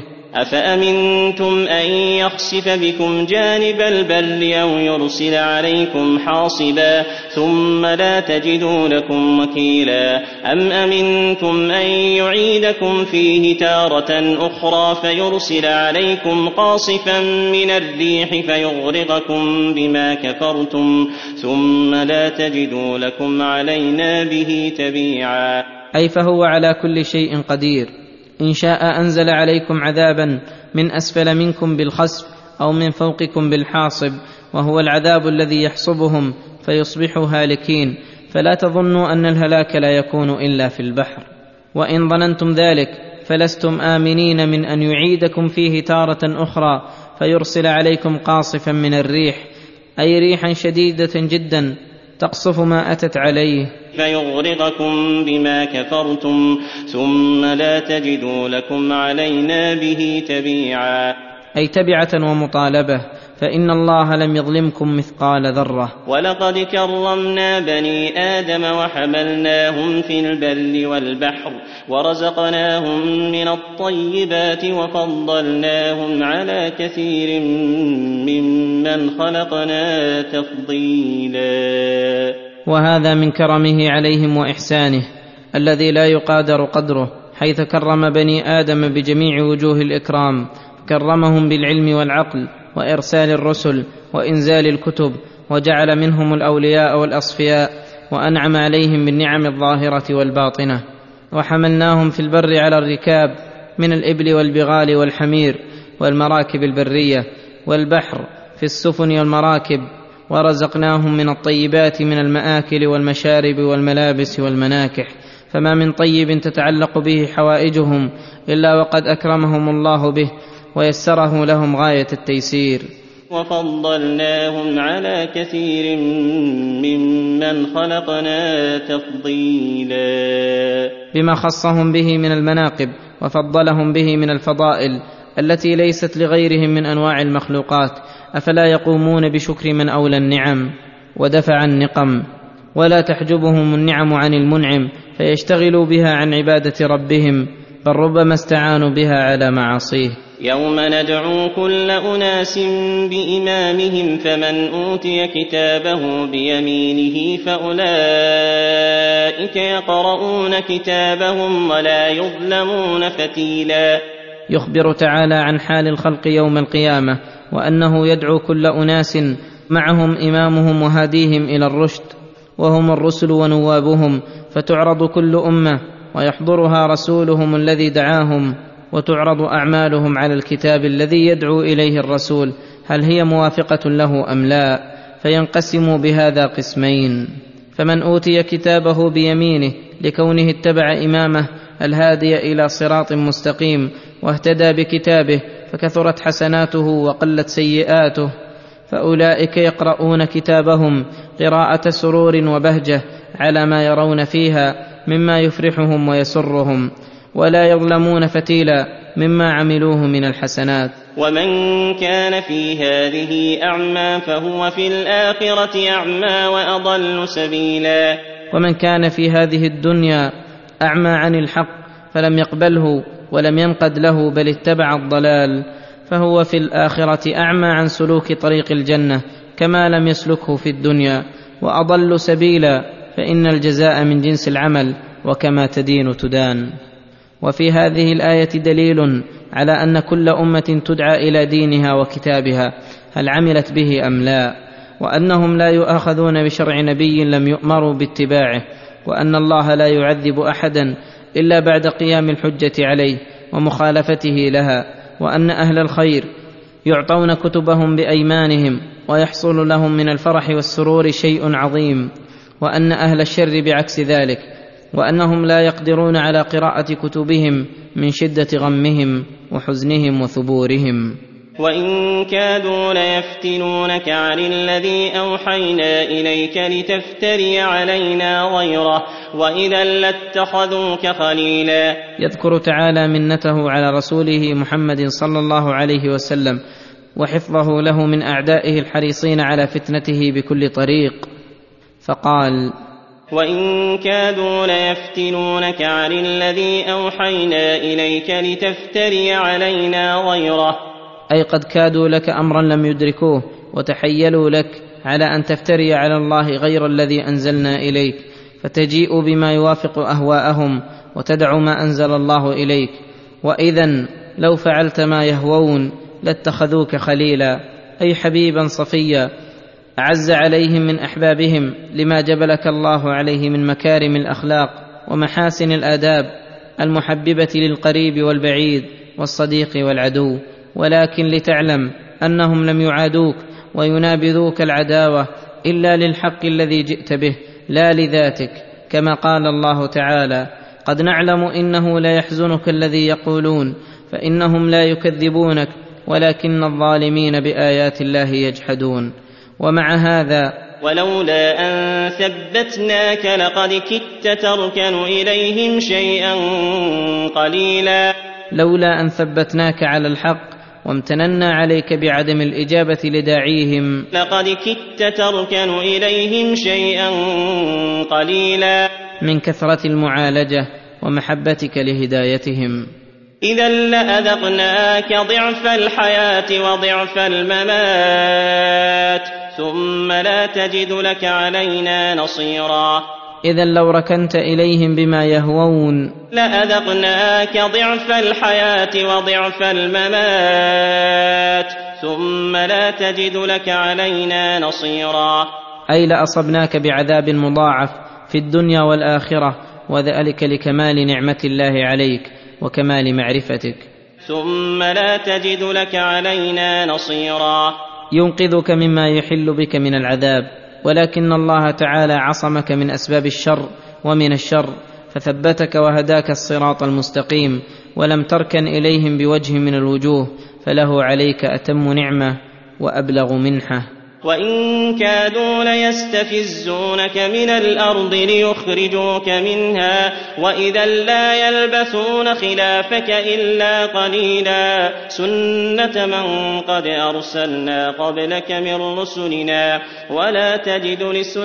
أفأمنتم أن يخسف بكم جانب البر أو يرسل عليكم حاصبا ثم لا تجدوا لكم وكيلا أم أمنتم أن يعيدكم فيه تارة أخرى فيرسل عليكم قاصفا من الريح فيغرقكم بما كفرتم ثم لا تجدوا لكم علينا به تبيعا. أي فهو على كل شيء قدير، إن شاء أنزل عليكم عذابا من أسفل منكم بالخسف أو من فوقكم بالحاصب، وهو العذاب الذي يحصبهم فيصبحوا هالكين، فلا تظنوا أن الهلاك لا يكون إلا في البحر. وإن ظننتم ذلك فلستم آمنين من أن يعيدكم فيه تارة أخرى فيرسل عليكم قاصفا من الريح، أي ريحا شديدة جدا تقصف ما أتت عليه فيغرقكم بما كفرتم ثم لا تجدوا لكم علينا به تبيعا. أي تبعة ومطالبة، فإن الله لم يظلمكم مثقال ذرة. ولقد كرمنا بني آدم وحملناهم في البر والبحر ورزقناهم من الطيبات وفضلناهم على كثير ممن خلقنا تفضيلا. وهذا من كرمه عليهم وإحسانه الذي لا يقادر قدره، حيث كرم بني آدم بجميع وجوه الإكرام، كرمهم بالعلم والعقل وإرسال الرسل وإنزال الكتب، وجعل منهم الأولياء والأصفياء، وأنعم عليهم بالنعم الظاهرة والباطنة. وحملناهم في البر على الركاب من الإبل والبغال والحمير والمراكب البرية، والبحر في السفن والمراكب، ورزقناهم من الطيبات من المآكل والمشارب والملابس والمناكح، فما من طيب تتعلق به حوائجهم إلا وقد أكرمهم الله به ويسره لهم غاية التيسير. وفضلناهم على كثير ممن خلقنا تفضيلا، بما خصهم به من المناقب وفضلهم به من الفضائل التي ليست لغيرهم من أنواع المخلوقات. أفلا يقومون بشكر من أولى النعم ودفع النقم، ولا تحجبهم النعم عن المنعم فيشتغلوا بها عن عبادة ربهم، بل ربما استعانوا بها على معاصيه. يوم ندعو كل أناس بإمامهم فمن أوتي كتابه بيمينه فأولئك يقرؤون كتابهم ولا يظلمون فتيلا. يخبر تعالى عن حال الخلق يوم القيامة، وأنه يدعو كل أناس معهم إمامهم وهاديهم إلى الرشد، وهم الرسل ونوابهم، فتعرض كل أمة ويحضرها رسولهم الذي دعاهم، وتعرض أعمالهم على الكتاب الذي يدعو إليه الرسول، هل هي موافقة له أم لا؟ فينقسم بهذا قسمين: فمن أوتي كتابه بيمينه لكونه اتبع إمامه الهادي إلى صراط مستقيم واهتدى بكتابه فكثرت حسناته وقلت سيئاته، فأولئك يقرؤون كتابهم قراءة سرور وبهجة على ما يرون فيها مما يفرحهم ويسرهم، ولا يظلمون فتيلا مما عملوه من الحسنات. ومن كان في هذه أعمى فهو في الآخرة أعمى وأضل سبيلا. ومن كان في هذه الدنيا أعمى عن الحق فلم يقبله ولم ينقد له بل اتبع الضلال، فهو في الآخرة أعمى عن سلوك طريق الجنة كما لم يسلكه في الدنيا، وأضل سبيلا، فإن الجزاء من جنس العمل وكما تدين تدان. وفي هذه الآية دليل على أن كل أمة تدعى إلى دينها وكتابها هل عملت به أم لا، وأنهم لا يؤاخذون بشرع نبي لم يؤمروا باتباعه، وأن الله لا يعذب أحدا إلا بعد قيام الحجة عليه ومخالفته لها، وأن أهل الخير يعطون كتبهم بأيمانهم ويحصل لهم من الفرح والسرور شيء عظيم، وأن أهل الشر بعكس ذلك، وأنهم لا يقدرون على قراءة كتبهم من شدة غمهم وحزنهم وثبورهم. وإن كادوا ليفتنونك عن الذي أوحينا إليك لتفتري علينا غيره وإذا لاتخذوك خليلا. يذكر تعالى منته على رسوله محمد صلى الله عليه وسلم وحفظه له من أعدائه الحريصين على فتنته بكل طريق، فقال: وإن كادوا ليفتنونك عن الذي أوحينا إليك لتفتري علينا غيره، أي قد كادوا لك أمرا لم يدركوه وتحيلوا لك على أن تفتري على الله غير الذي أنزلنا إليك، فتجيء بما يوافق أهواءهم وتدع ما أنزل الله إليك، وإذن لو فعلت ما يهوون لاتخذوك خليلا، أي حبيبا صفيا أعز عليهم من أحبابهم لما جبلك الله عليه من مكارم الأخلاق ومحاسن الآداب المحببة للقريب والبعيد والصديق والعدو، ولكن لتعلم أنهم لم يعادوك وينابذوك العداوة إلا للحق الذي جئت به لا لذاتك، كما قال الله تعالى: قد نعلم إنه لا يحزنك الذي يقولون فإنهم لا يكذبونك ولكن الظالمين بآيات الله يجحدون. ومع هذا ولولا أن ثبتناك لقد كدت تركن إليهم شيئا قليلا. لولا أن ثبتناك على الحق وامتننا عليك بعدم الإجابة لداعيهم. لقد كدت تركن إليهم شيئا قليلا من كثرة المعالجة ومحبتك لهدايتهم. إذا لأذقناك ضعف الحياة وضعف الممات ثم لا تجد لك علينا نصيرا. إذا لو ركنت إليهم بما يهوون لأذقناك ضعف الحياة وضعف الممات ثم لا تجد لك علينا نصيرا. أي لأصبناك بعذاب مضاعف في الدنيا والآخرة، وذلك لكمال نعمة الله عليك وكمال معرفتك. ثم لا تجد لك علينا نصيرا. ينقذك مما يحل بك من العذاب، ولكن الله تعالى عصمك من أسباب الشر ومن الشر، فثبتك وهداك الصراط المستقيم، ولم تركن إليهم بوجه من الوجوه، فله عليك أتم نعمة وأبلغ منحة. وإن كادوا ليستفزونك من الأرض ليخرجوك منها وإذا لا يلبثون خلافك إلا قليلا. سنة من قد أرسلنا قبلك من رسلنا ولا تجد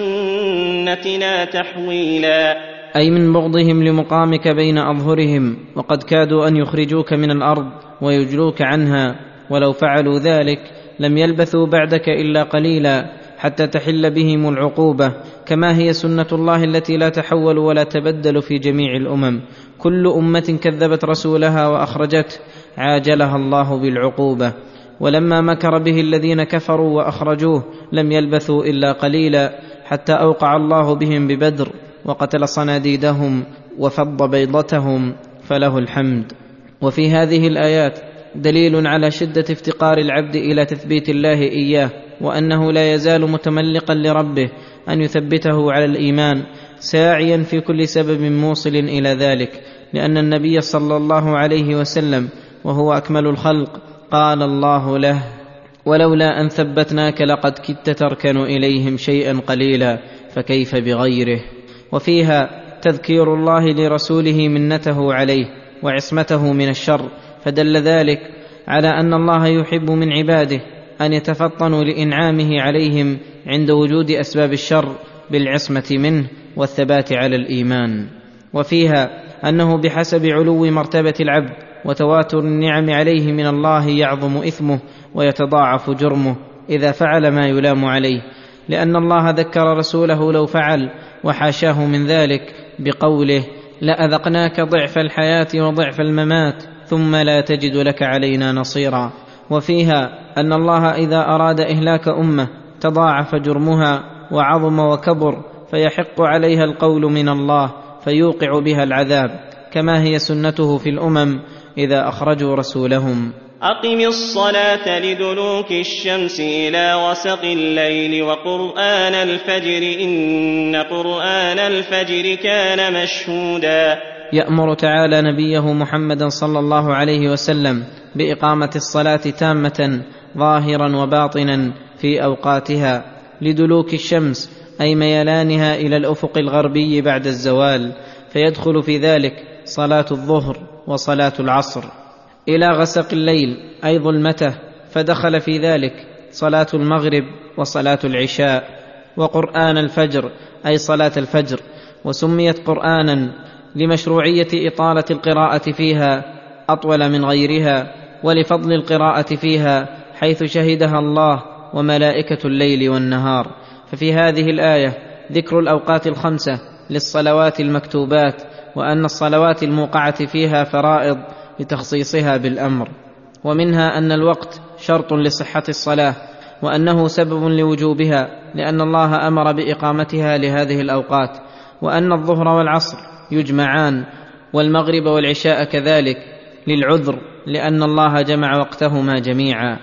لسنتنا تحويلا. أي من بغضهم لمقامك بين أظهرهم، وقد كادوا أن يخرجوك من الأرض ويجلوك عنها، ولو فعلوا ذلك لم يلبثوا بعدك إلا قليلا حتى تحل بهم العقوبة، كما هي سنة الله التي لا تحول ولا تبدل في جميع الأمم. كل أمة كذبت رسولها وأخرجته عاجلها الله بالعقوبة. ولما مكر به الذين كفروا وأخرجوه لم يلبثوا إلا قليلا حتى أوقع الله بهم ببدر وقتل صناديدهم وفض بيضتهم، فله الحمد. وفي هذه الآيات دليل على شدة افتقار العبد إلى تثبيت الله إياه، وأنه لا يزال متملقا لربه أن يثبته على الإيمان، ساعيا في كل سبب موصل إلى ذلك، لأن النبي صلى الله عليه وسلم وهو أكمل الخلق قال الله له: ولولا أن ثبتناك لقد كدت تركن إليهم شيئا قليلا فكيف بغيره. وفيها تذكير الله لرسوله منته عليه وعصمته من الشر، فدل ذلك على أن الله يحب من عباده أن يتفطنوا لإنعامه عليهم عند وجود أسباب الشر بالعصمة منه والثبات على الإيمان. وفيها أنه بحسب علو مرتبة العبد وتواتر النعم عليه من الله يعظم إثمه ويتضاعف جرمه إذا فعل ما يلام عليه، لأن الله ذكر رسوله لو فعل وحاشاه من ذلك بقوله: لأذقناك ضعف الحياة وضعف الممات ثم لا تجد لك علينا نصيرا. وفيها أن الله إذا أراد إهلاك أمة تضاعف جرمها وعظم وكبر، فيحق عليها القول من الله فيوقع بها العذاب، كما هي سنته في الأمم إذا أخرجوا رسولهم. أقم الصلاة لدلوك الشمس إلى غسق الليل وقرآن الفجر إن قرآن الفجر كان مشهودا. يأمر تعالى نبيه محمدا صلى الله عليه وسلم بإقامة الصلاة تامة ظاهرا وباطنا في أوقاتها لدلوك الشمس، أي ميلانها إلى الأفق الغربي بعد الزوال، فيدخل في ذلك صلاة الظهر وصلاة العصر، إلى غسق الليل أي ظلمته، فدخل في ذلك صلاة المغرب وصلاة العشاء، وقرآن الفجر أي صلاة الفجر، وسميت قرآنا لمشروعية إطالة القراءة فيها أطول من غيرها، ولفضل القراءة فيها حيث شهدها الله وملائكة الليل والنهار. ففي هذه الآية ذكر الأوقات الخمسة للصلوات المكتوبات، وأن الصلوات الموقعة فيها فرائض لتخصيصها بالأمر، ومنها أن الوقت شرط لصحة الصلاة، وأنه سبب لوجوبها لأن الله أمر بإقامتها لهذه الأوقات، وأن الظهر والعصر يجمعان والمغرب والعشاء كذلك للعذر لأن الله جمع وقتهما جميعا.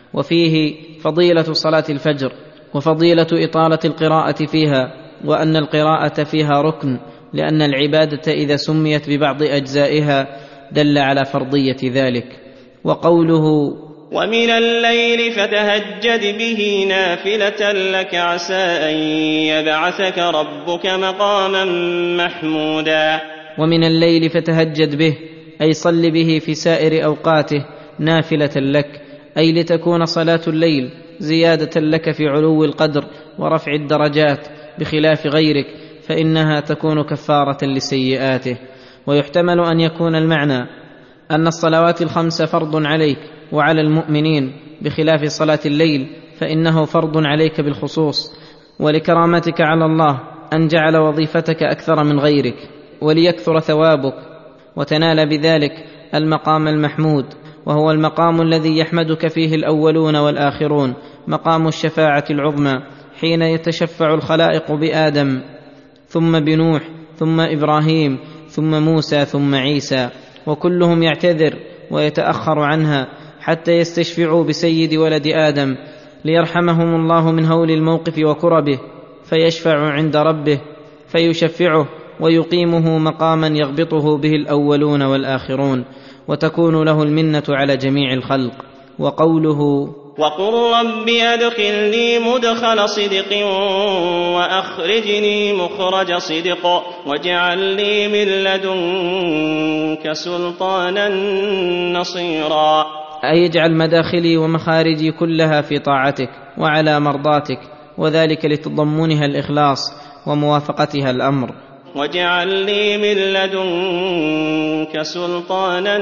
وفيه فضيلة صلاة الفجر وفضيلة إطالة القراءة فيها، وأن القراءة فيها ركن، لأن العبادة إذا سميت ببعض أجزائها دل على فرضية ذلك. وقوله: ومن الليل فتهجد به نافلة لك عسى أن يبعثك ربك مقاما محمودا. ومن الليل فتهجد به أي صل به في سائر أوقاته نافلة لك، أي لتكون صلاة الليل زيادة لك في علو القدر ورفع الدرجات بخلاف غيرك، فإنها تكون كفارة لسيئاته. ويحتمل أن يكون المعنى أن الصلوات الخمس فرض عليك وعلى المؤمنين بخلاف صلاة الليل، فإنه فرض عليك بالخصوص، ولكرامتك على الله أن جعل وظيفتك أكثر من غيرك وليكثر ثوابك، وتنال بذلك المقام المحمود، وهو المقام الذي يحمدك فيه الأولون والآخرون، مقام الشفاعة العظمى، حين يتشفع الخلائق بآدم ثم بنوح ثم إبراهيم ثم موسى ثم عيسى، وكلهم يعتذر ويتأخر عنها حتى يستشفعوا بسيد ولد آدم ليرحمهم الله من هول الموقف وكربه، فيشفع عند ربه فيشفعه ويقيمه مقاما يغبطه به الأولون والآخرون، وتكون له المنة على جميع الخلق. وقوله وقل رب أدخلني مدخل صدق وأخرجني مخرج صدق واجعل لي من لدنك سلطانا نصيرا، أي اجعل مداخلي ومخارجي كلها في طاعتك وعلى مرضاتك، وذلك لتضمنها الإخلاص وموافقتها الأمر. واجعل لي من لدنك سلطانا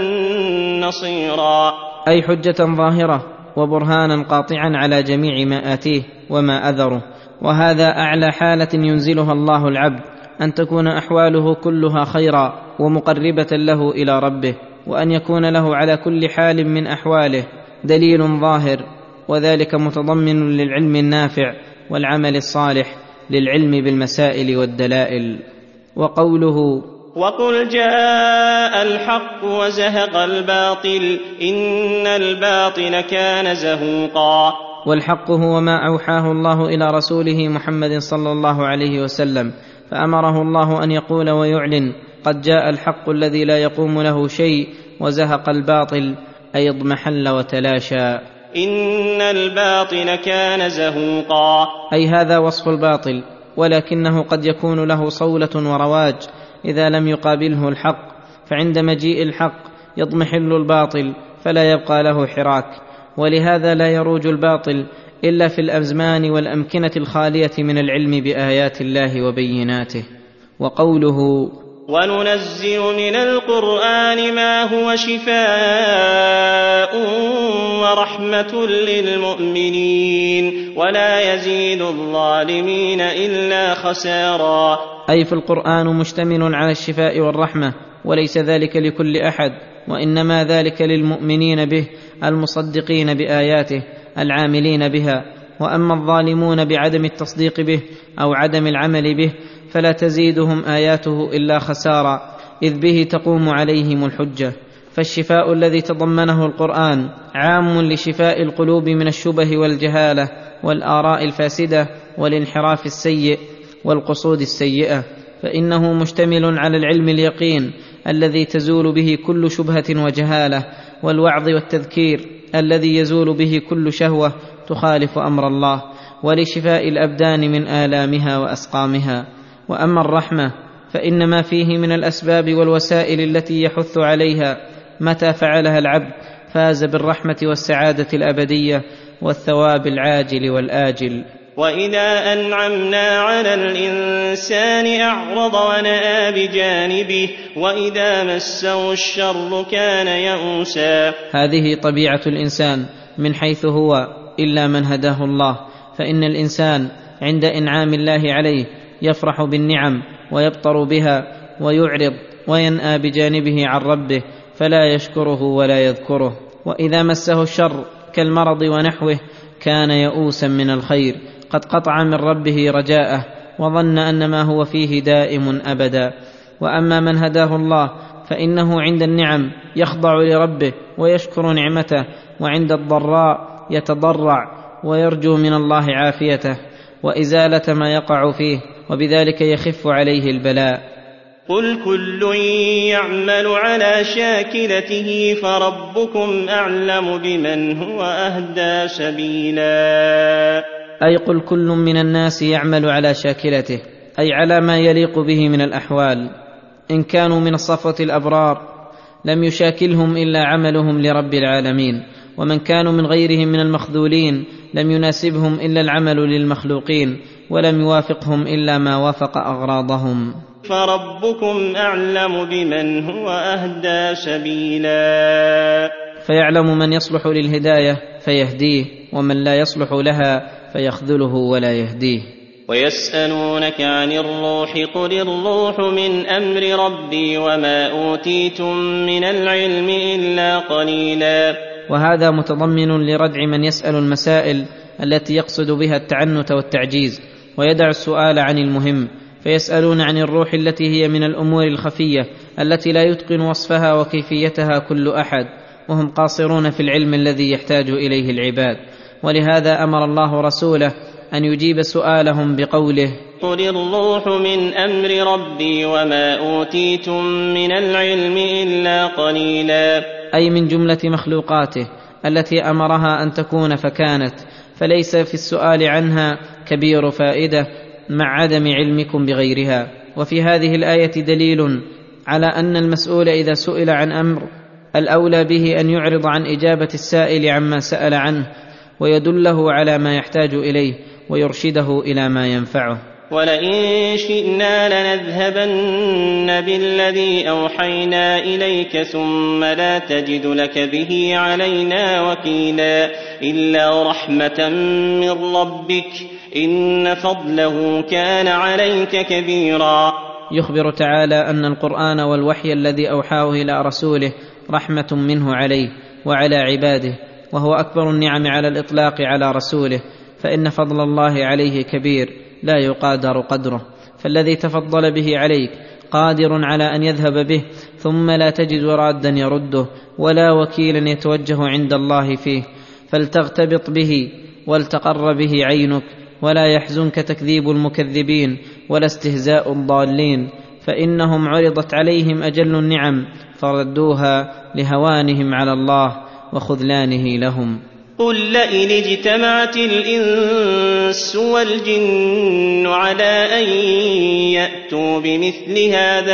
نصيرا، أي حجة ظاهرة وبرهانا قاطعا على جميع ما آتيه وما أذره. وهذا أعلى حالة ينزلها الله العبد، أن تكون أحواله كلها خيرا ومقربة له إلى ربه، وأن يكون له على كل حال من أحواله دليل ظاهر، وذلك متضمن للعلم النافع والعمل الصالح للعلم بالمسائل والدلائل. وقوله وقل جاء الحق وزهق الباطل إن الباطل كان زهوقا، والحق هو ما أوحاه الله إلى رسوله محمد صلى الله عليه وسلم، فأمره الله أن يقول ويعلن قد جاء الحق الذي لا يقوم له شيء، وزهق الباطل أي اضمحل وتلاشى. إن الباطل كان زهوقا، أي هذا وصف الباطل، ولكنه قد يكون له صولة ورواج إذا لم يقابله الحق، فعند مجيء الحق يضمحل الباطل فلا يبقى له حراك، ولهذا لا يروج الباطل إلا في الأزمان والأمكنة الخالية من العلم بآيات الله وبيناته. وقوله وننزل من القرآن ما هو شفاء ورحمة للمؤمنين ولا يزيد الظالمين إلا خسارا، أي في القرآن مشتمل على الشفاء والرحمة، وليس ذلك لكل أحد، وإنما ذلك للمؤمنين به المصدقين بآياته العاملين بها. وأما الظالمون بعدم التصديق به أو عدم العمل به فلا تزيدهم آياته إلا خسارا، إذ به تقوم عليهم الحجة. فالشفاء الذي تضمنه القرآن عام لشفاء القلوب من الشبه والجهالة والآراء الفاسدة والانحراف السيء والقصود السيئة، فإنه مشتمل على العلم اليقين الذي تزول به كل شبهة وجهالة، والوعظ والتذكير الذي يزول به كل شهوة تخالف أمر الله، ولشفاء الأبدان من آلامها وأسقامها. وأما الرحمة فإنما فيه من الأسباب والوسائل التي يحث عليها متى فعلها العبد فاز بالرحمة والسعادة الأبدية والثواب العاجل والآجل. وإذا أنعمنا على الإنسان أعرض ونأى بجانبه وإذا مسه الشر كان يئوسا، هذه طبيعة الإنسان من حيث هو إلا من هداه الله، فإن الإنسان عند إنعام الله عليه يفرح بالنعم ويبطر بها ويعرض وينأى بجانبه عن ربه فلا يشكره ولا يذكره، وإذا مسه الشر كالمرض ونحوه كان يئوسا من الخير، قد قطع من ربه رجاءه وظن أن ما هو فيه دائم أبدا. وأما من هداه الله فإنه عند النعم يخضع لربه ويشكر نعمته، وعند الضراء يتضرع ويرجو من الله عافيته وإزالة ما يقع فيه، وبذلك يخف عليه البلاء. قل كل يعمل على شاكلته فربكم أعلم بمن هو أهدى سبيلا، أي قل كل من الناس يعمل على شاكلته، أي على ما يليق به من الأحوال. إن كانوا من الصفوة الأبرار لم يشاكلهم إلا عملهم لرب العالمين، ومن كانوا من غيرهم من المخذولين لم يناسبهم إلا العمل للمخلوقين، ولم يوافقهم إلا ما وافق أغراضهم. فربكم أعلم بمن هو أهدى سبيلا. فيعلم من يصلح للهداية فيهديه، ومن لا يصلح لها فيخذله ولا يهديه. ويسألونك عن الروح قل الروح من أمر ربي وما أوتيتم من العلم إلا قليلا. وهذا متضمن لردع من يسأل المسائل التي يقصد بها التعنت والتعجيز، ويدع السؤال عن المهم، فيسألون عن الروح التي هي من الأمور الخفية التي لا يتقن وصفها وكيفيتها كل أحد، وهم قاصرون في العلم الذي يحتاج إليه العباد. ولهذا أمر الله رسوله أن يجيب سؤالهم بقوله قل الروح من أمر ربي وما أوتيتم من العلم إلا قليلا، أي من جملة مخلوقاته التي أمرها أن تكون فكانت، فليس في السؤال عنها كبير فائدة مع عدم علمكم بغيرها. وفي هذه الآية دليل على أن المسؤول إذا سئل عن أمر الأولى به أن يعرض عن إجابة السائل عما سأل عنه، ويدله على ما يحتاج إليه ويرشده إلى ما ينفعه. ولئن شئنا لنذهبن بالذي أوحينا إليك ثم لا تجد لك به علينا وكيلا إلا رحمة من ربك إن فضله كان عليك كبيرا. يخبر تعالى أن القرآن والوحي الذي أوحاه إلى رسوله رحمة منه عليه وعلى عباده، وهو أكبر النعم على الإطلاق على رسوله، فإن فضل الله عليه كبير لا يقادر قدره. فالذي تفضل به عليك قادر على أن يذهب به ثم لا تجد رادا يرده ولا وكيلا يتوجه عند الله فيه، فلتغتبط به ولتقر به عينك، ولا يحزنك تكذيب المكذبين ولا استهزاء الضالين، فإنهم عرضت عليهم أجل النعم فردوها لهوانهم على الله وخذلانه لهم. قل لئن اجتمعت الإنس والجن على أن يأتوا بمثل هذا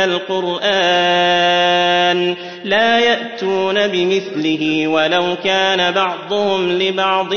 القرآن لا يأتون بمثله ولو كان بعضهم لبعض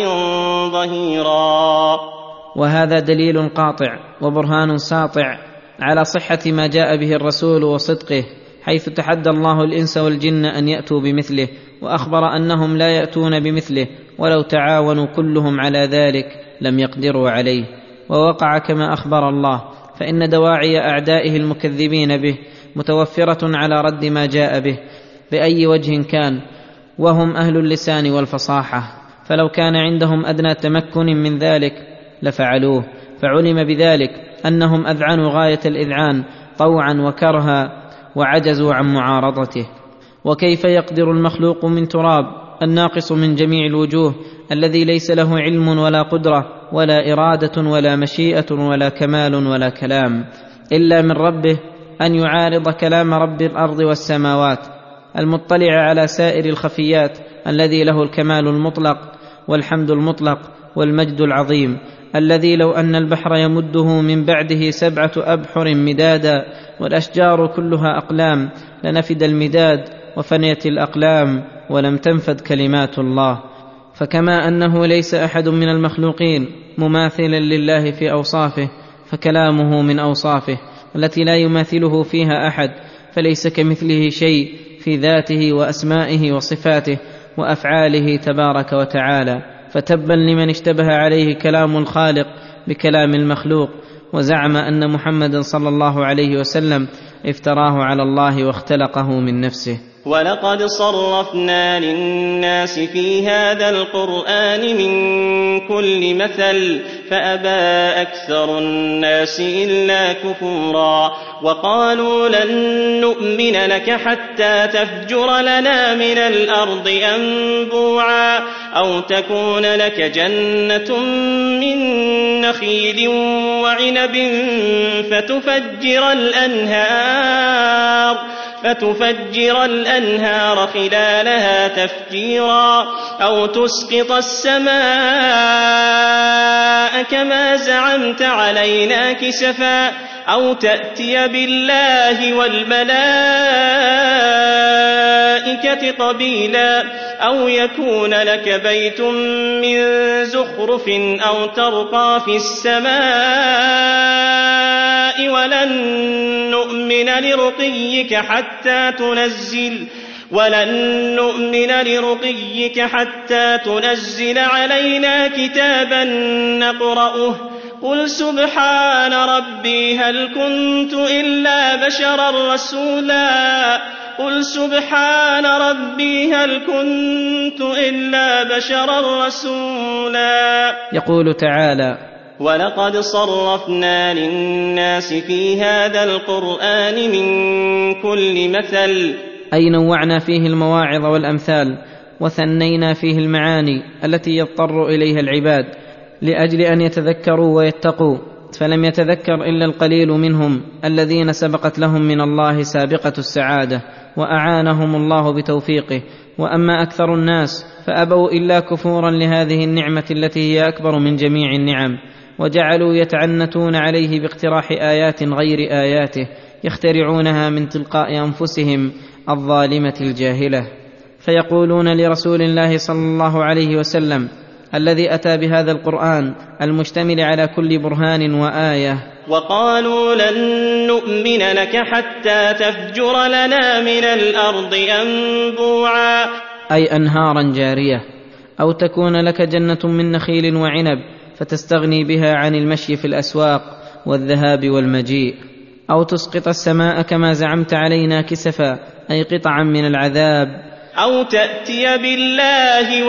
ظهيرا. وهذا دليل قاطع وبرهان ساطع على صحة ما جاء به الرسول وصدقه، حيث تحدى الله الإنس والجن أن يأتوا بمثله، وأخبر أنهم لا يأتون بمثله ولو تعاونوا كلهم على ذلك لم يقدروا عليه. ووقع كما أخبر الله، فإن دواعي أعدائه المكذبين به متوفرة على رد ما جاء به بأي وجه كان، وهم أهل اللسان والفصاحة، فلو كان عندهم أدنى تمكن من ذلك لفعلوه، فعلم بذلك أنهم أذعنوا غاية الإذعان طوعا وكرها وعجزوا عن معارضته. وكيف يقدر المخلوق من تراب الناقص من جميع الوجوه الذي ليس له علم ولا قدرة ولا إرادة ولا مشيئة ولا كمال ولا كلام إلا من ربه أن يعارض كلام رب الأرض والسماوات المطلع على سائر الخفيات الذي له الكمال المطلق والحمد المطلق والمجد العظيم، الذي لو أن البحر يمده من بعده سبعة أبحر مدادا والأشجار كلها أقلام لنفد المداد وفنيت الأقلام ولم تنفد كلمات الله. فكما أنه ليس أحد من المخلوقين مماثلا لله في أوصافه، فكلامه من أوصافه التي لا يماثله فيها أحد، فليس كمثله شيء في ذاته وأسمائه وصفاته وأفعاله تبارك وتعالى. فتبا لمن اشتبه عليه كلام الخالق بكلام المخلوق وزعم أن محمدا صلى الله عليه وسلم افتراه على الله واختلقه من نفسه. ولقد صرفنا للناس في هذا القرآن من كل مثل فأبى أكثر الناس إلا كفورا. وقالوا لن نؤمن لك حتى تفجر لنا من الأرض أنبوعا أو تكون لك جنة من نخيل وعنب فتفجر الأنهار فتفجر الأنهار خلالها تفجيرا أو تسقط السماء كما زعمت علينا كسفا أو تأتي بالله والملائكة قبيلا أو يكون لك بيت من زخرف أو ترقى في السماء ولن نؤمن لرقيك حتى تنزل ولن نؤمن لرقيك حتى تنزل علينا كتابا نقرأه قل سبحان ربي هل كنت إلا بشرا رسولا قل سبحان ربي هل كنت إلا بشرا رسولا. يقول تعالى: ولقد صرفنا للناس في هذا القرآن من كل مثل، أي نوعنا فيه المواعظ والأمثال وثنينا فيه المعاني التي يضطر إليها العباد لأجل أن يتذكروا ويتقوا، فلم يتذكر إلا القليل منهم الذين سبقت لهم من الله سابقة السعادة وأعانهم الله بتوفيقه، وأما أكثر الناس فأبوا إلا كفورا لهذه النعمة التي هي أكبر من جميع النعم، وجعلوا يتعنتون عليه باقتراح آيات غير آياته يخترعونها من تلقاء أنفسهم الظالمة الجاهلة، فيقولون لرسول الله صلى الله عليه وسلم الذي أتى بهذا القرآن المشتمل على كل برهان وآية: وقالوا لن نؤمن لك حتى تفجر لنا من الأرض أنبوعا، أي أنهارا جارية، أو تكون لك جنة من نخيل وعنب فتستغني بها عن المشي في الأسواق والذهاب والمجيء، أو تسقط السماء كما زعمت علينا كسفا، أي قطعا من العذاب، أو تأتي بالله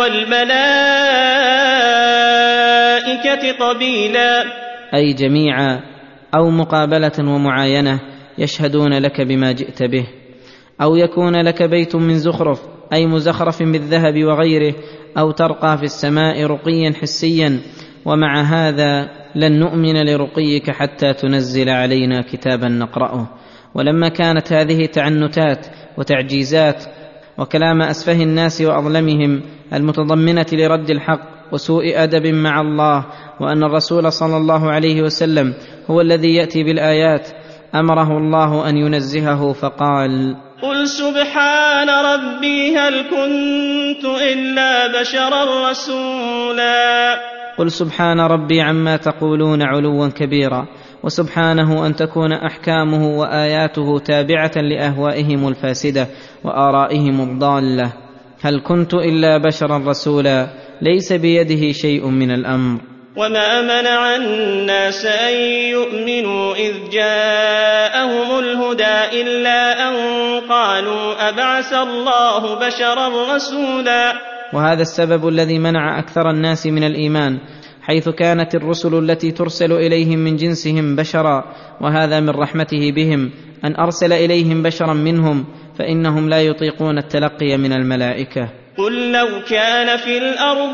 والملائكة قبيلا، أي جميعا، أو مقابلة ومعاينة يشهدون لك بما جئت به، أو يكون لك بيت من زخرف، أي مزخرف بالذهب وغيره، أو ترقى في السماء رقيا حسيا، ومع هذا لن نؤمن لرقيك حتى تنزل علينا كتابا نقرأه. ولما كانت هذه تعنتات وتعجيزات وكلام أسفه الناس وأظلمهم المتضمنة لرد الحق وسوء أدب مع الله، وأن الرسول صلى الله عليه وسلم هو الذي يأتي بالآيات، أمره الله أن ينزهه فقال: قل سبحان ربي هل كنت إلا بشرا رسولا. قل سبحان ربي عما تقولون علوا كبيرا، وسبحانه أن تكون أحكامه وآياته تابعة لأهوائهم الفاسدة وآرائهم الضالة. هل كنت إلا بشرا رسولا، ليس بيده شيء من الأمر. وما منع الناس أن يؤمنوا إذ جاءهم الهدى إلا أن قالوا أبعث الله بشرا رسولا. وهذا السبب الذي منع أكثر الناس من الإيمان، حيث كانت الرسل التي ترسل إليهم من جنسهم بشرا، وهذا من رحمته بهم أن أرسل إليهم بشرا منهم، فإنهم لا يطيقون التلقي من الملائكة. قل لو كان في الأرض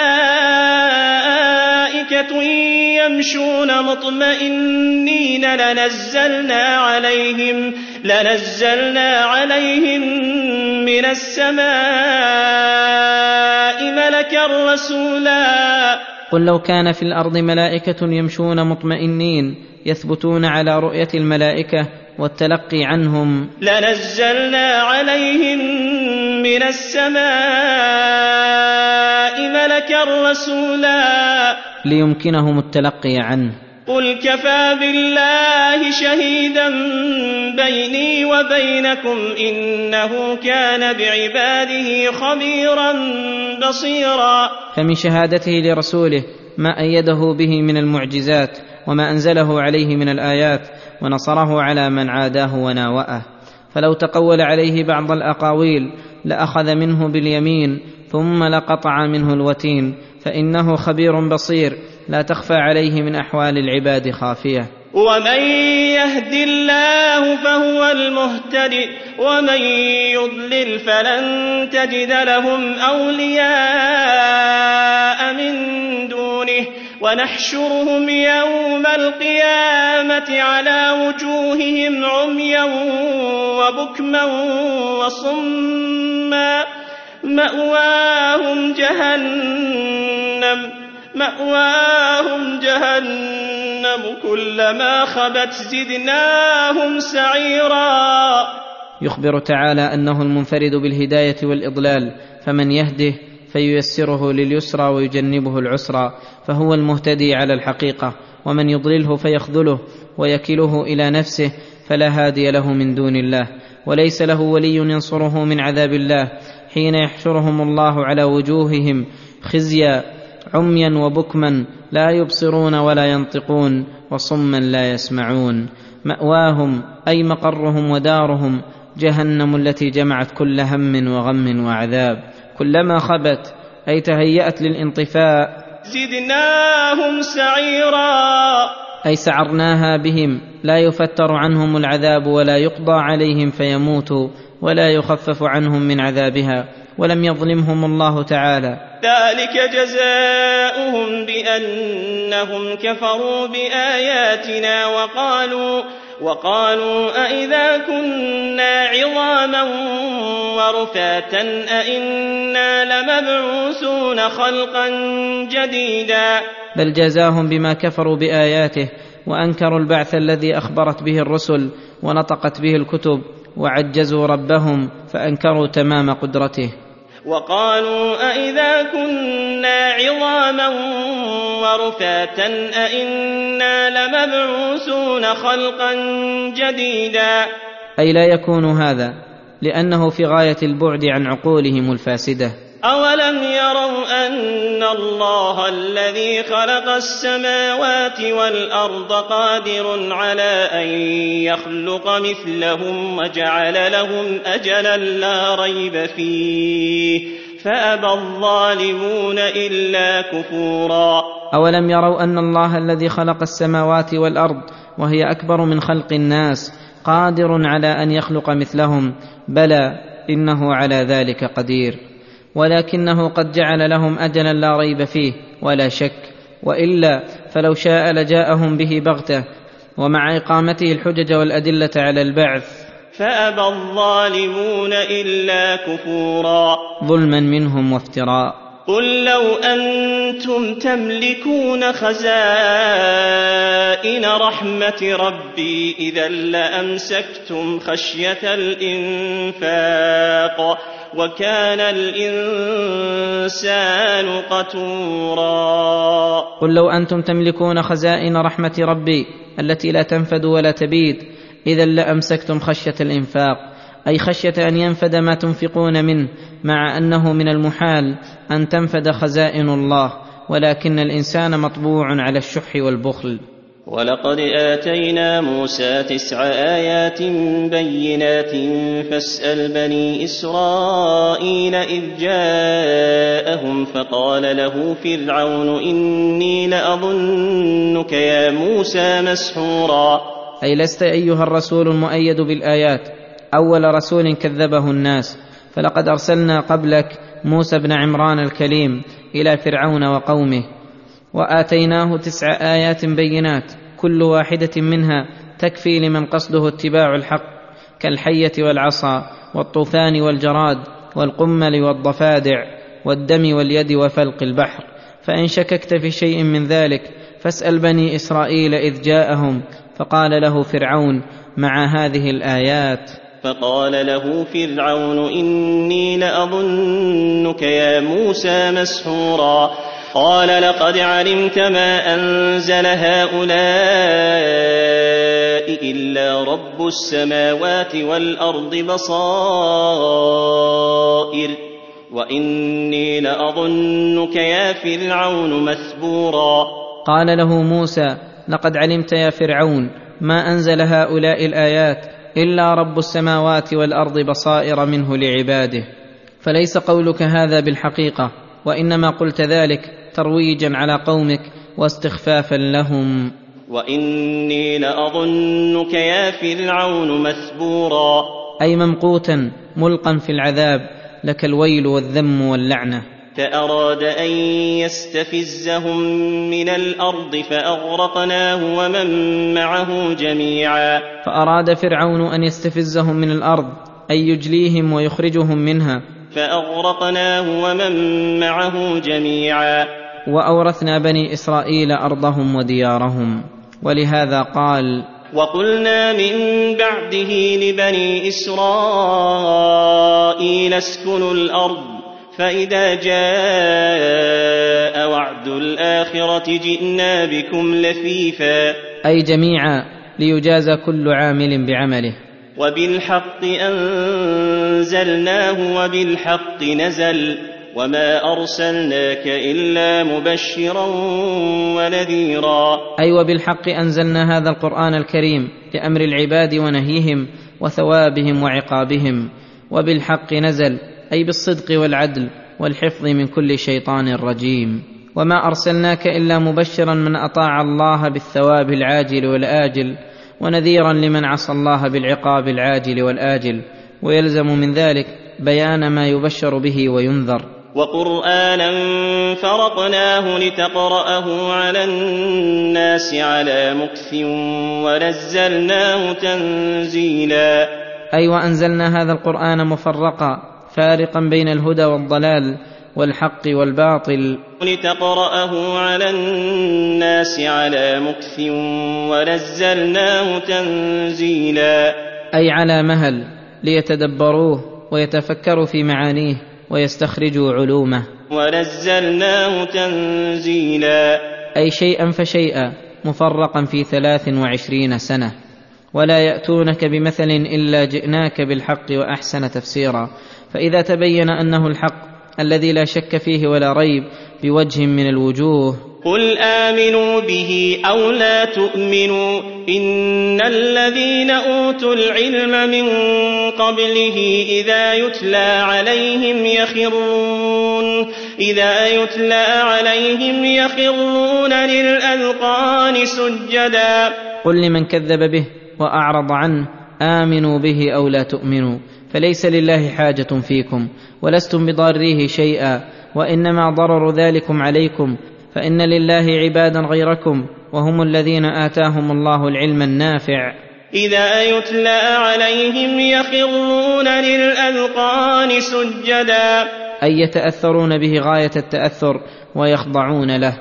ملائكة يمشون مطمئنين لنزلنا عليهم لنزلنا عليهم من السماء ملكا رسولا. قل لو كان في الأرض ملائكة يمشون مطمئنين يثبتون على رؤية الملائكة والتلقي عنهم لنزلنا عليهم من السماء ملكا رسولا ليمكنهم التلقي عنه. قل كفى بالله شهيدا بيني وبينكم إنه كان بعباده خبيرا بصيرا. فمن شهادته لرسوله ما أيده به من المعجزات وما أنزله عليه من الآيات، ونصره على من عاداه وناوأه. فلو تقول عليه بعض الأقاويل لأخذ منه باليمين ثم لقطع منه الوتين، فإنه خبير بصير لا تخفى عليه من أحوال العباد خافية. ومن يهد الله فهو المهتدي ومن يضلل فلن تجد لهم أولياء من دونه ونحشرهم يوم القيامة على وجوههم عميا وبكما وصما مأواهم جهنم مأواهم جهنم كلما خبت زدناهم سعيرا. يخبر تعالى أنه المنفرد بالهداية والإضلال، فمن يهده فييسره لليسرى ويجنبه العسرى، فهو المهتدي على الحقيقة، ومن يضلله فيخذله ويكله إلى نفسه فلا هادي له من دون الله، وليس له ولي ينصره من عذاب الله حين يحشرهم الله على وجوههم خزيا عميا وبكما لا يبصرون ولا ينطقون وصما لا يسمعون. مأواهم أي مقرهم ودارهم جهنم التي جمعت كل هم وغم وعذاب. كلما خبت أي تهيأت للانطفاء زدناهم سعيرا، أي سعرناها بهم، لا يفتر عنهم العذاب ولا يقضى عليهم فيموتوا ولا يخفف عنهم من عذابها، ولم يظلمهم الله تعالى. ذلك جزاؤهم بأنهم كفروا بآياتنا وقالوا وقالوا أئذا كنا عظاما ورفاتا أئنا لمبعوثون خلقا جديدا. بل جزاهم بما كفروا بآياته وأنكروا البعث الذي أخبرت به الرسل ونطقت به الكتب، وعجزوا ربهم فأنكروا تمام قدرته. وقالوا أئذا كنا عظاما ورفاتا أئنا لمبعوثون خلقا جديدا. أي لا يكون هذا، لأنه في غاية البعد عن عقولهم الفاسدة. أولم يروا أن الله الذي خلق السماوات والأرض قادر على أن يخلق مثلهم وجعل لهم أجلا لا ريب فيه فأبى الظالمون إلا كفورا. أولم يروا أن الله الذي خلق السماوات والأرض وهي أكبر من خلق الناس قادر على أن يخلق مثلهم؟ بلى إنه على ذلك قدير، ولكنه قد جعل لهم أجلا لا ريب فيه ولا شك، وإلا فلو شاء لجاءهم به بغتة ومع إقامته الحجج والأدلة على البعث فأبى الظالمون إلا كفورا ظلما منهم وافتراء. قل لو أنتم تملكون خزائن رحمة ربي إذا لأمسكتم خشية الإنفاق وكان الإنسان قتورا. قل لو أنتم تملكون خزائن رحمة ربي التي لا تنفد ولا تبيد إذا لأمسكتم خشية الإنفاق، أي خشية أن ينفد ما تنفقون منه، مع أنه من المحال أن تنفد خزائن الله، ولكن الإنسان مطبوع على الشح والبخل. ولقد آتينا موسى تسع آيات بينات فاسأل بني إسرائيل إذ جاءهم فقال له فرعون إني لأظنك يا موسى مسحورا. أي لست أيها الرسول المؤيد بالآيات أول رسول كذبه الناس، فلقد أرسلنا قبلك موسى بن عمران الكليم إلى فرعون وقومه، وآتيناه تسع آيات بينات كل واحدة منها تكفي لمن قصده اتباع الحق، كالحية والعصا والطوفان والجراد والقمل والضفادع والدم واليد وفلق البحر. فإن شككت في شيء من ذلك فاسأل بني إسرائيل إذ جاءهم فقال له فرعون مع هذه الآيات. فقال له فرعون إني لأظنك يا موسى مسحورا. قال لقد علمت ما أنزل هؤلاء إلا رب السماوات والأرض بصائر وإني لأظنك يا فرعون مثبورا. قال له موسى لقد علمت يا فرعون ما أنزل هؤلاء الآيات إلا رب السماوات والأرض بصائر منه لعباده. فليس قولك هذا بالحقيقة، وإنما قلت ذلك ترويجا على قومك واستخفافا لهم. وإني لأظنك يا فرعون مثبورا، أي ممقوتا ملقا في العذاب، لك الويل والذم واللعنة. فأراد أن يستفزهم من الأرض فأغرقناه ومن معه جميعا. فأراد فرعون أن يستفزهم من الأرض، أي يجليهم ويخرجهم منها، فأغرقناه ومن معه جميعا. وأورثنا بني إسرائيل أرضهم وديارهم. ولهذا قال: وقلنا من بعده لبني إسرائيل اسكنوا الأرض فإذا جاء وعد الآخرة جئنا بكم لفيفا، أي جميعا ليجازى كل عامل بعمله. وبالحق أنزلناه وبالحق نزل وما أرسلناك إلا مبشرا ونذيرا، أي وبالحق أنزلنا هذا القرآن الكريم لأمر العباد ونهيهم وثوابهم وعقابهم، وبالحق نزل أي بالصدق والعدل والحفظ من كل شيطان رجيم. وما أرسلناك إلا مبشرا من أطاع الله بالثواب العاجل والآجل، ونذيرا لمن عصى الله بالعقاب العاجل والآجل، ويلزم من ذلك بيان ما يبشر به وينذر. وقرآنا فرقناه لتقرأه على الناس على مكث ونزلناه تنزيلا، أي وأنزلنا هذا القرآن مفرقا فارقا بين الهدى والضلال والحق والباطل، لتقرأه على الناس على مكث ونزلناه تنزيلا، أي على مهل ليتدبروه ويتفكروا في معانيه ويستخرجوا علومه. ونزلناه تنزيلا، أي شيئا فشيئا مفرقا في ثلاث وعشرين سنة، ولا يأتونك بمثل إلا جئناك بالحق وأحسن تفسيرا. فإذا تبين أنه الحق الذي لا شك فيه ولا ريب بوجه من الوجوه، قل آمنوا به أو لا تؤمنوا إن الذين أوتوا العلم من قبله إذا يتلى عليهم يخرون إذا يتلى عليهم يخرون للأذقان سجدا. قل لمن كذب به وأعرض عنه: آمنوا به أو لا تؤمنوا، فليس لله حاجة فيكم ولستم بضاريه شيئا، وإنما ضرر ذلكم عليكم، فإن لله عبادا غيركم وهم الذين آتاهم الله العلم النافع. إذا يتلى عليهم يخرون للأذقان سجدا، أي يتأثرون به غاية التأثر ويخضعون له.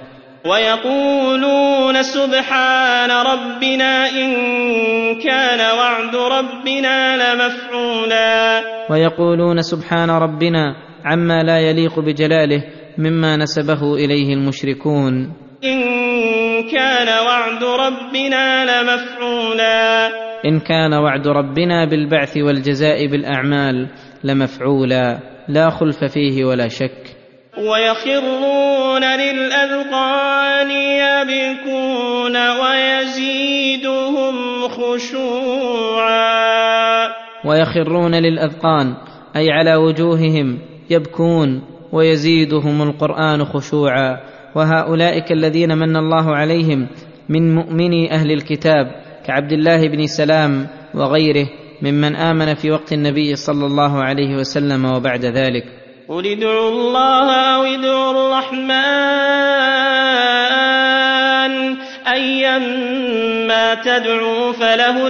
ويقولون سبحان ربنا إن كان وعد ربنا لمفعولا، ويقولون سبحان ربنا عما لا يليق بجلاله مما نسبه إليه المشركون. إن كان وعد ربنا لمفعولا، إن كان وعد ربنا بالبعث والجزاء بالأعمال لمفعولا، لا خلف فيه ولا شك. ويخرون للأذقان يبكون ويزيدهم خشوعا، ويخرون للأذقان أي على وجوههم يبكون، ويزيدهم القرآن خشوعا. وهؤلاء الذين من الله عليهم من مؤمني أهل الكتاب كعبد الله بن سلام وغيره ممن آمن في وقت النبي صلى الله عليه وسلم وبعد ذلك. قل ادعوا الله أو ادعوا الرحمن أيما تدعوا فله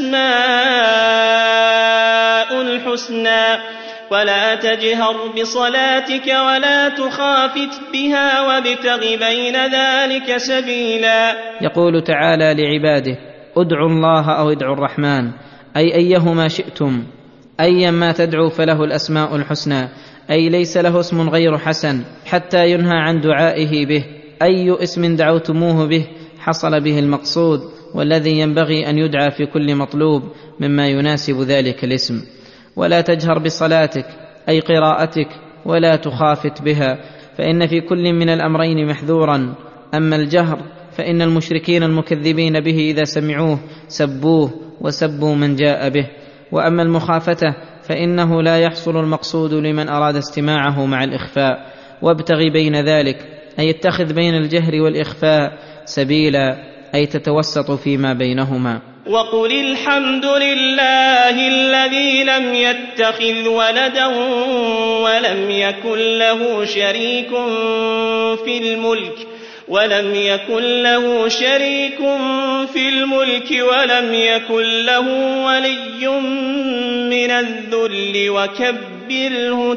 الأسماء الحسنى ولا تجهر بصلاتك ولا تخافت بها وابتغ بين ذلك سبيلا. يقول تعالى لعباده: ادعوا الله أو ادعوا الرحمن، أي أيهما شئتم، أيما تدعوا فله الأسماء الحسنى، أي ليس له اسم غير حسن حتى ينهى عن دعائه به. أي اسم دعوتموه به حصل به المقصود والذي ينبغي أن يدعى في كل مطلوب مما يناسب ذلك الاسم. ولا تجهر بصلاتك أي قراءتك ولا تخافت بها، فإن في كل من الأمرين محذورا. أما الجهر فإن المشركين المكذبين به إذا سمعوه سبوه وسبوا من جاء به، وأما المخافته فإنه لا يحصل المقصود لمن أراد استماعه مع الإخفاء. وابتغ بين ذلك أي اتخذ بين الجهر والإخفاء سبيلا، أي تتوسط فيما بينهما. وقل الحمد لله الذي لم يتخذ ولدا ولم يكن له شريك في الملك ولم يكن له شريك في الملك ولم يكن له ولي من الذل وكبره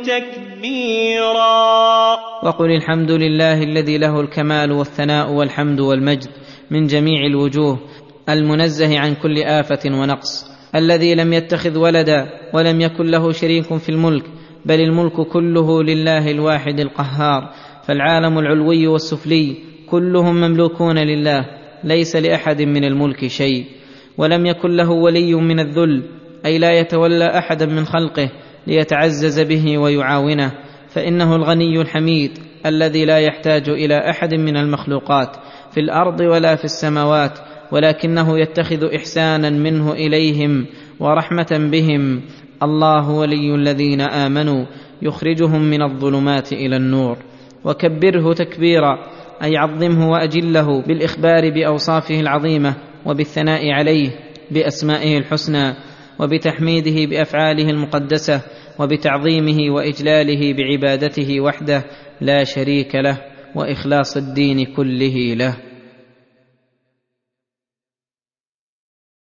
تكبيرا. وقل الحمد لله الذي له الكمال والثناء والحمد والمجد من جميع الوجوه، المنزه عن كل آفة ونقص، الذي لم يتخذ ولدا ولم يكن له شريك في الملك، بل الملك كله لله الواحد القهار، فالعالم العلوي والسفلي كلهم مملوكون لله، ليس لأحد من الملك شيء. ولم يكن له ولي من الذل، أي لا يتولى أحدا من خلقه ليتعزز به ويعاونه، فإنه الغني الحميد الذي لا يحتاج إلى أحد من المخلوقات في الأرض ولا في السماوات، ولكنه يتخذ إحسانا منه إليهم ورحمة بهم. الله ولي الذين آمنوا يخرجهم من الظلمات إلى النور. وكبره تكبيرا، أي عظمه وأجله بالإخبار بأوصافه العظيمة، وبالثناء عليه بأسمائه الحسنى، وبتحميده بأفعاله المقدسة، وبتعظيمه وإجلاله بعبادته وحده لا شريك له، وإخلاص الدين كله له.